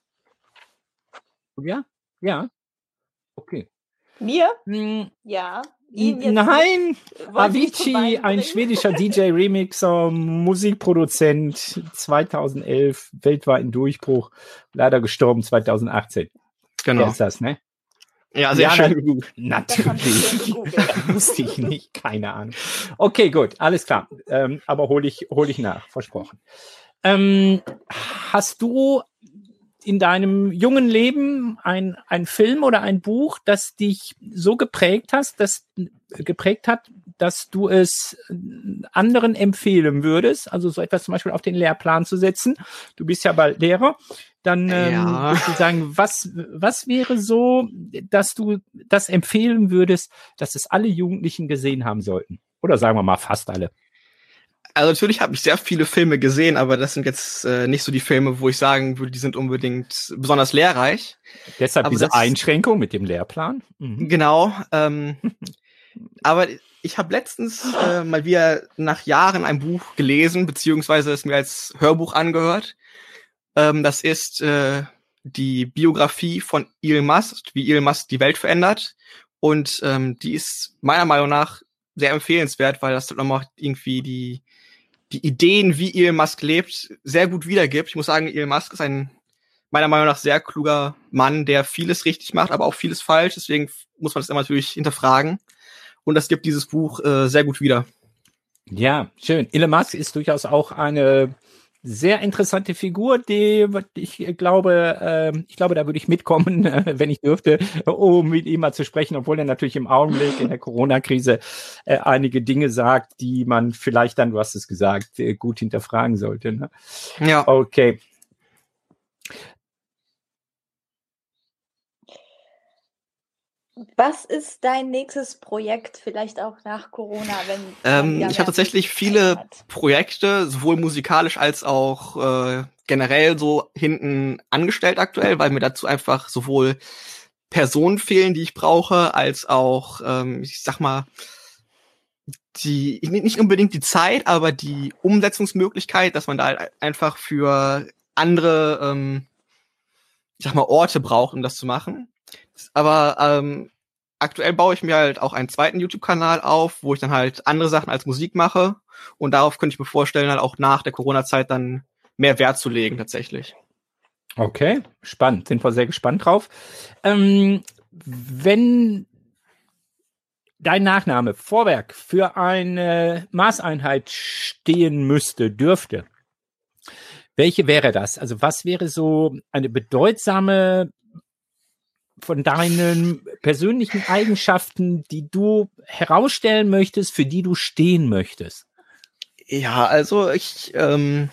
Ja? Ja. Okay.
Mir?
Hm,
Ja. Ihn jetzt
nein,
nicht. Wollte ich zum
Avicii,
Weinen
ein
bringen?
schwedischer D J, Remixer, Musikproduzent, zweitausendelf, weltweiten Durchbruch, leider gestorben zweitausendachtzehn.
Genau.
Der ist das, ne?
Ja, sehr
Ja,
schön
na-
gegoogelt.
Natürlich.
gegoogelt.
Wusste ich nicht, keine Ahnung. Okay, gut, alles klar. Ähm, aber hole ich, hol ich nach, versprochen. Ähm, hast du in deinem jungen Leben ein, ein Film oder ein Buch, das dich so geprägt hast, das geprägt hat, dass du es anderen empfehlen würdest, also so etwas zum Beispiel auf den Lehrplan zu setzen? Du bist ja bald Lehrer. Dann ähm,
Ja.
würde ich sagen, was, was wäre so, dass du das empfehlen würdest, dass es alle Jugendlichen gesehen haben sollten? Oder sagen wir mal fast alle.
Also natürlich habe ich sehr viele Filme gesehen, aber das sind jetzt äh, nicht so die Filme, wo ich sagen würde, die sind unbedingt besonders lehrreich.
Deshalb
Aber
diese
das-
Einschränkung mit dem Lehrplan. Mhm.
Genau. Ähm, aber ich habe letztens äh, mal wieder nach Jahren ein Buch gelesen, beziehungsweise es mir als Hörbuch angehört. Ähm, das ist äh, die Biografie von Elon Musk, wie Elon Musk die Welt verändert. Und ähm, die ist meiner Meinung nach sehr empfehlenswert, weil das nochmal irgendwie die die Ideen, wie Elon Musk lebt, sehr gut wiedergibt. Ich muss sagen, Elon Musk ist ein meiner Meinung nach sehr kluger Mann, der vieles richtig macht, aber auch vieles falsch. Deswegen muss man das immer natürlich hinterfragen. Und das gibt dieses Buch äh, sehr gut wieder.
Ja, schön. Elon Musk ist durchaus auch eine sehr interessante Figur, die ich glaube, äh, ich glaube, da würde ich mitkommen, äh, wenn ich dürfte, um mit ihm mal zu sprechen, obwohl er natürlich im Augenblick in der Corona-Krise äh, einige Dinge sagt, die man vielleicht dann, du hast es gesagt, äh, gut hinterfragen sollte. Ne?
Ja.
Okay.
Was ist dein nächstes Projekt, vielleicht auch nach Corona, wenn man
Ähm,
wieder
ich
mehr
habe tatsächlich
Zeit
viele
hat?
Projekte, sowohl musikalisch als auch äh, generell so hinten angestellt aktuell, weil mir dazu einfach sowohl Personen fehlen, die ich brauche, als auch, ähm, ich sag mal, die nicht unbedingt die Zeit, aber die Umsetzungsmöglichkeit, dass man da halt einfach für andere, ähm, ich sag mal, Orte braucht, um das zu machen. Aber ähm, aktuell baue ich mir halt auch einen zweiten YouTube-Kanal auf, wo ich dann halt andere Sachen als Musik mache. Und darauf könnte ich mir vorstellen, halt auch nach der Corona-Zeit dann mehr Wert zu legen, tatsächlich.
Okay, spannend. Sind wir sehr gespannt drauf. Ähm, wenn dein Nachname Vorwerk für eine Maßeinheit stehen müsste, dürfte, welche wäre das? Also was wäre so eine bedeutsame von deinen persönlichen Eigenschaften, die du herausstellen möchtest, für die du stehen möchtest?
Ja, also ich ähm,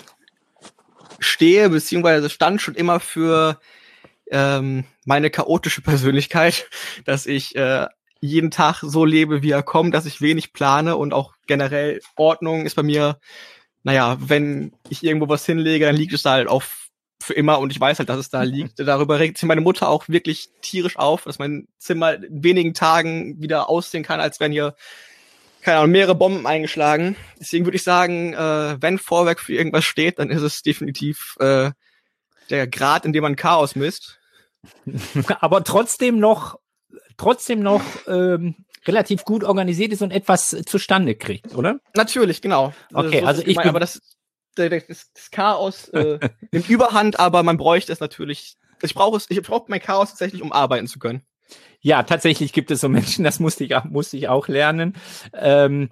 stehe beziehungsweise stand schon immer für ähm, meine chaotische Persönlichkeit, dass ich äh, jeden Tag so lebe, wie er kommt, dass ich wenig plane und auch generell Ordnung ist bei mir, naja, wenn ich irgendwo was hinlege, dann liegt es da halt auch für immer und ich weiß halt, dass es da liegt. Darüber regt sich meine Mutter auch wirklich tierisch auf, dass mein Zimmer in wenigen Tagen wieder aussehen kann, als wenn hier, keine Ahnung, mehrere Bomben eingeschlagen. Deswegen würde ich sagen, äh, wenn Vorwerk für irgendwas steht, dann ist es definitiv äh, der Grad, in dem man Chaos misst.
Aber trotzdem noch, trotzdem noch ähm, relativ gut organisiert ist und etwas zustande kriegt, oder?
Natürlich, genau.
Okay,
so
also
ist
ich
gemeint,
bin-
aber das, das, das Chaos äh, nimmt Überhand, aber man bräuchte es natürlich. Ich brauche es, ich brauche mein Chaos tatsächlich, um arbeiten zu können.
Ja, tatsächlich gibt es so Menschen, das musste ich auch, musste ich auch lernen. Ähm,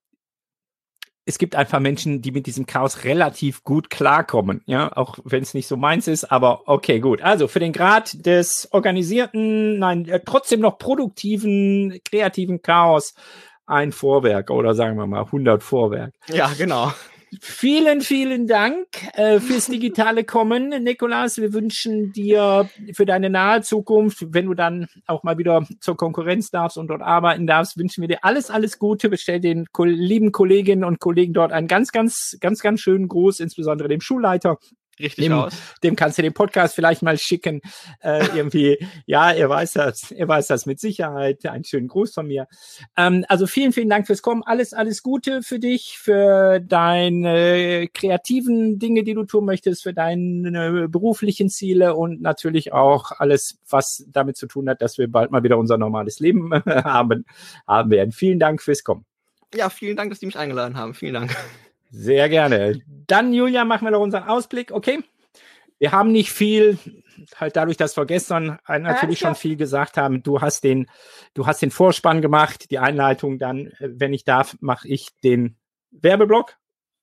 es gibt einfach Menschen, die mit diesem Chaos relativ gut klarkommen, ja, auch wenn es nicht so meins ist, aber okay, gut. Also für den Grad des organisierten, nein, äh, trotzdem noch produktiven, kreativen Chaos ein Vorwerk oder sagen wir mal hundert Vorwerk.
Ja, genau.
Vielen, vielen Dank äh, fürs digitale Kommen, Nikolaus. Wir wünschen dir für deine nahe Zukunft, wenn du dann auch mal wieder zur Konkurrenz darfst und dort arbeiten darfst, wünschen wir dir alles, alles Gute. Bestell den ko- lieben Kolleginnen und Kollegen dort einen ganz, ganz, ganz, ganz schönen Gruß, insbesondere dem Schulleiter
richtig
dem,
aus.
Dem kannst du den Podcast vielleicht mal schicken. Äh, irgendwie, ja, er weiß das, er weiß das mit Sicherheit. Einen schönen Gruß von mir. Ähm, also vielen, vielen Dank fürs Kommen. Alles, alles Gute für dich, für deine kreativen Dinge, die du tun möchtest, für deine beruflichen Ziele und natürlich auch alles, was damit zu tun hat, dass wir bald mal wieder unser normales Leben haben, haben werden. Vielen Dank fürs Kommen.
Ja, vielen Dank, dass die mich eingeladen haben. Vielen Dank.
Sehr gerne. Dann, Julia, machen wir doch unseren Ausblick, okay? Wir haben nicht viel, halt dadurch, dass wir gestern natürlich ja, schon viel gesagt haben. Du hast den, du hast den Vorspann gemacht, die Einleitung. Dann, wenn ich darf, mache ich den Werbeblock.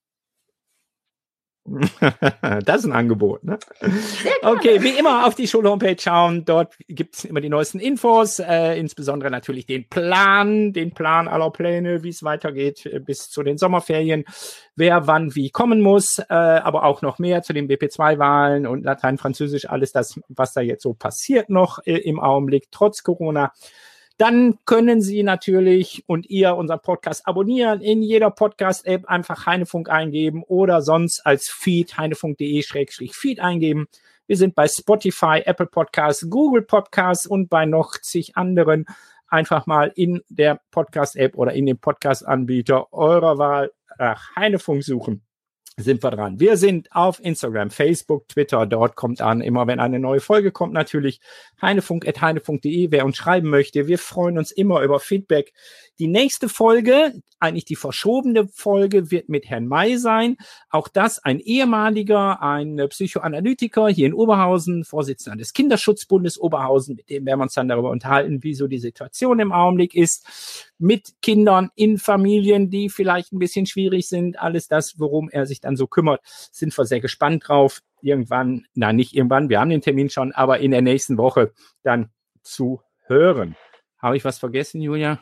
Das ist ein Angebot, ne? Okay, wie immer auf die Schul-Homepage schauen. Dort gibt es immer die neuesten Infos, äh, insbesondere natürlich den Plan, den Plan aller Pläne, wie es weitergeht äh, bis zu den Sommerferien, wer wann wie kommen muss, äh, aber auch noch mehr zu den B P zwei Wahlen und Latein, Französisch, alles das, was da jetzt so passiert noch äh, im Augenblick, trotz Corona. Dann können Sie natürlich und ihr unseren Podcast abonnieren, in jeder Podcast-App einfach Heinefunk eingeben oder sonst als Feed heinefunk.de schrägstrich Feed eingeben. Wir sind bei Spotify, Apple Podcasts, Google Podcasts und bei noch zig anderen. Einfach mal in der Podcast-App oder in dem Podcast-Anbieter eurer Wahl nach Heinefunk suchen. Sind wir dran. Wir sind auf Instagram, Facebook, Twitter. Dort kommt an, immer wenn eine neue Folge kommt, natürlich heinefunk at heinefunk.de, wer uns schreiben möchte. Wir freuen uns immer über Feedback. Die nächste Folge, eigentlich die verschobene Folge, wird mit Herrn May sein. Auch das ein ehemaliger, ein Psychoanalytiker hier in Oberhausen, Vorsitzender des Kinderschutzbundes Oberhausen. Mit dem werden wir uns dann darüber unterhalten, wie so die Situation im Augenblick ist. Mit Kindern in Familien, die vielleicht ein bisschen schwierig sind. Alles das, worum er sich dann so kümmert, sind wir sehr gespannt drauf. Irgendwann, nein, nicht irgendwann, wir haben den Termin schon, aber in der nächsten Woche dann zu hören. Habe ich was vergessen, Julia?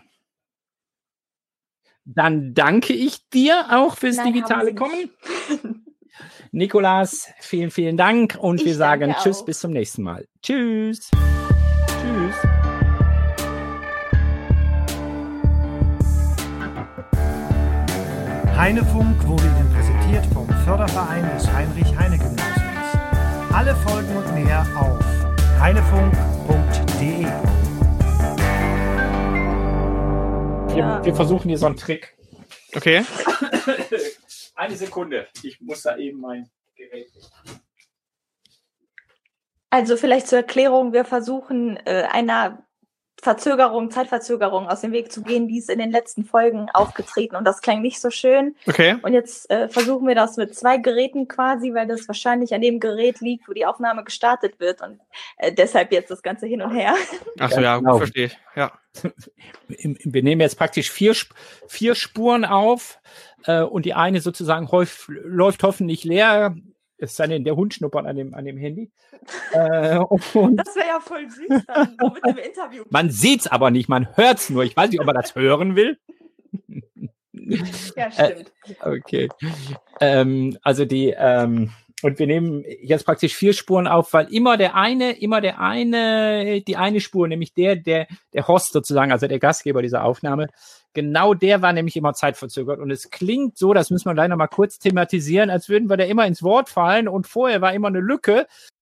Dann danke ich dir auch fürs Nein, digitale Kommen. Nikolas, vielen, vielen Dank und ich wir sagen Tschüss, auch. Bis zum nächsten Mal. Tschüss. Tschüss.
Heinefunk wurde Ihnen präsentiert vom Förderverein des Heinrich-Heine-Gymnasiums. Alle Folgen und mehr auf heinefunk punkt de.
Wir, wir versuchen hier so einen Trick.
Okay.
Eine Sekunde. Ich muss da eben mein Gerät.
Also vielleicht zur Erklärung, wir versuchen äh, einer Verzögerung, Zeitverzögerung aus dem Weg zu gehen, die ist in den letzten Folgen aufgetreten und das klang nicht so schön.
Okay.
Und jetzt äh, versuchen wir das mit zwei Geräten quasi, weil das wahrscheinlich an dem Gerät liegt, wo die Aufnahme gestartet wird und äh, deshalb jetzt das Ganze hin und her.
Ach so, ja, gut, verstehe ich. Ja.
Wir nehmen jetzt praktisch vier, vier Spuren auf äh, und die eine sozusagen häuf, läuft hoffentlich leer. Es sei denn, der Hund schnuppert an dem, an dem Handy. äh, und
das wäre ja voll süß dann, so mit dem Interview.
Man sieht es aber nicht, man hört es nur. Ich weiß nicht, ob man das hören will.
Ja, stimmt.
Äh, okay. Ähm, also die, ähm, und wir nehmen jetzt praktisch vier Spuren auf, weil immer der eine, immer der eine, die eine Spur, nämlich der, der, der Host sozusagen, also der Gastgeber dieser Aufnahme, genau der war nämlich immer zeitverzögert. Und es klingt so, das müssen wir gleich noch mal kurz thematisieren, als würden wir da immer ins Wort fallen und vorher war immer eine Lücke.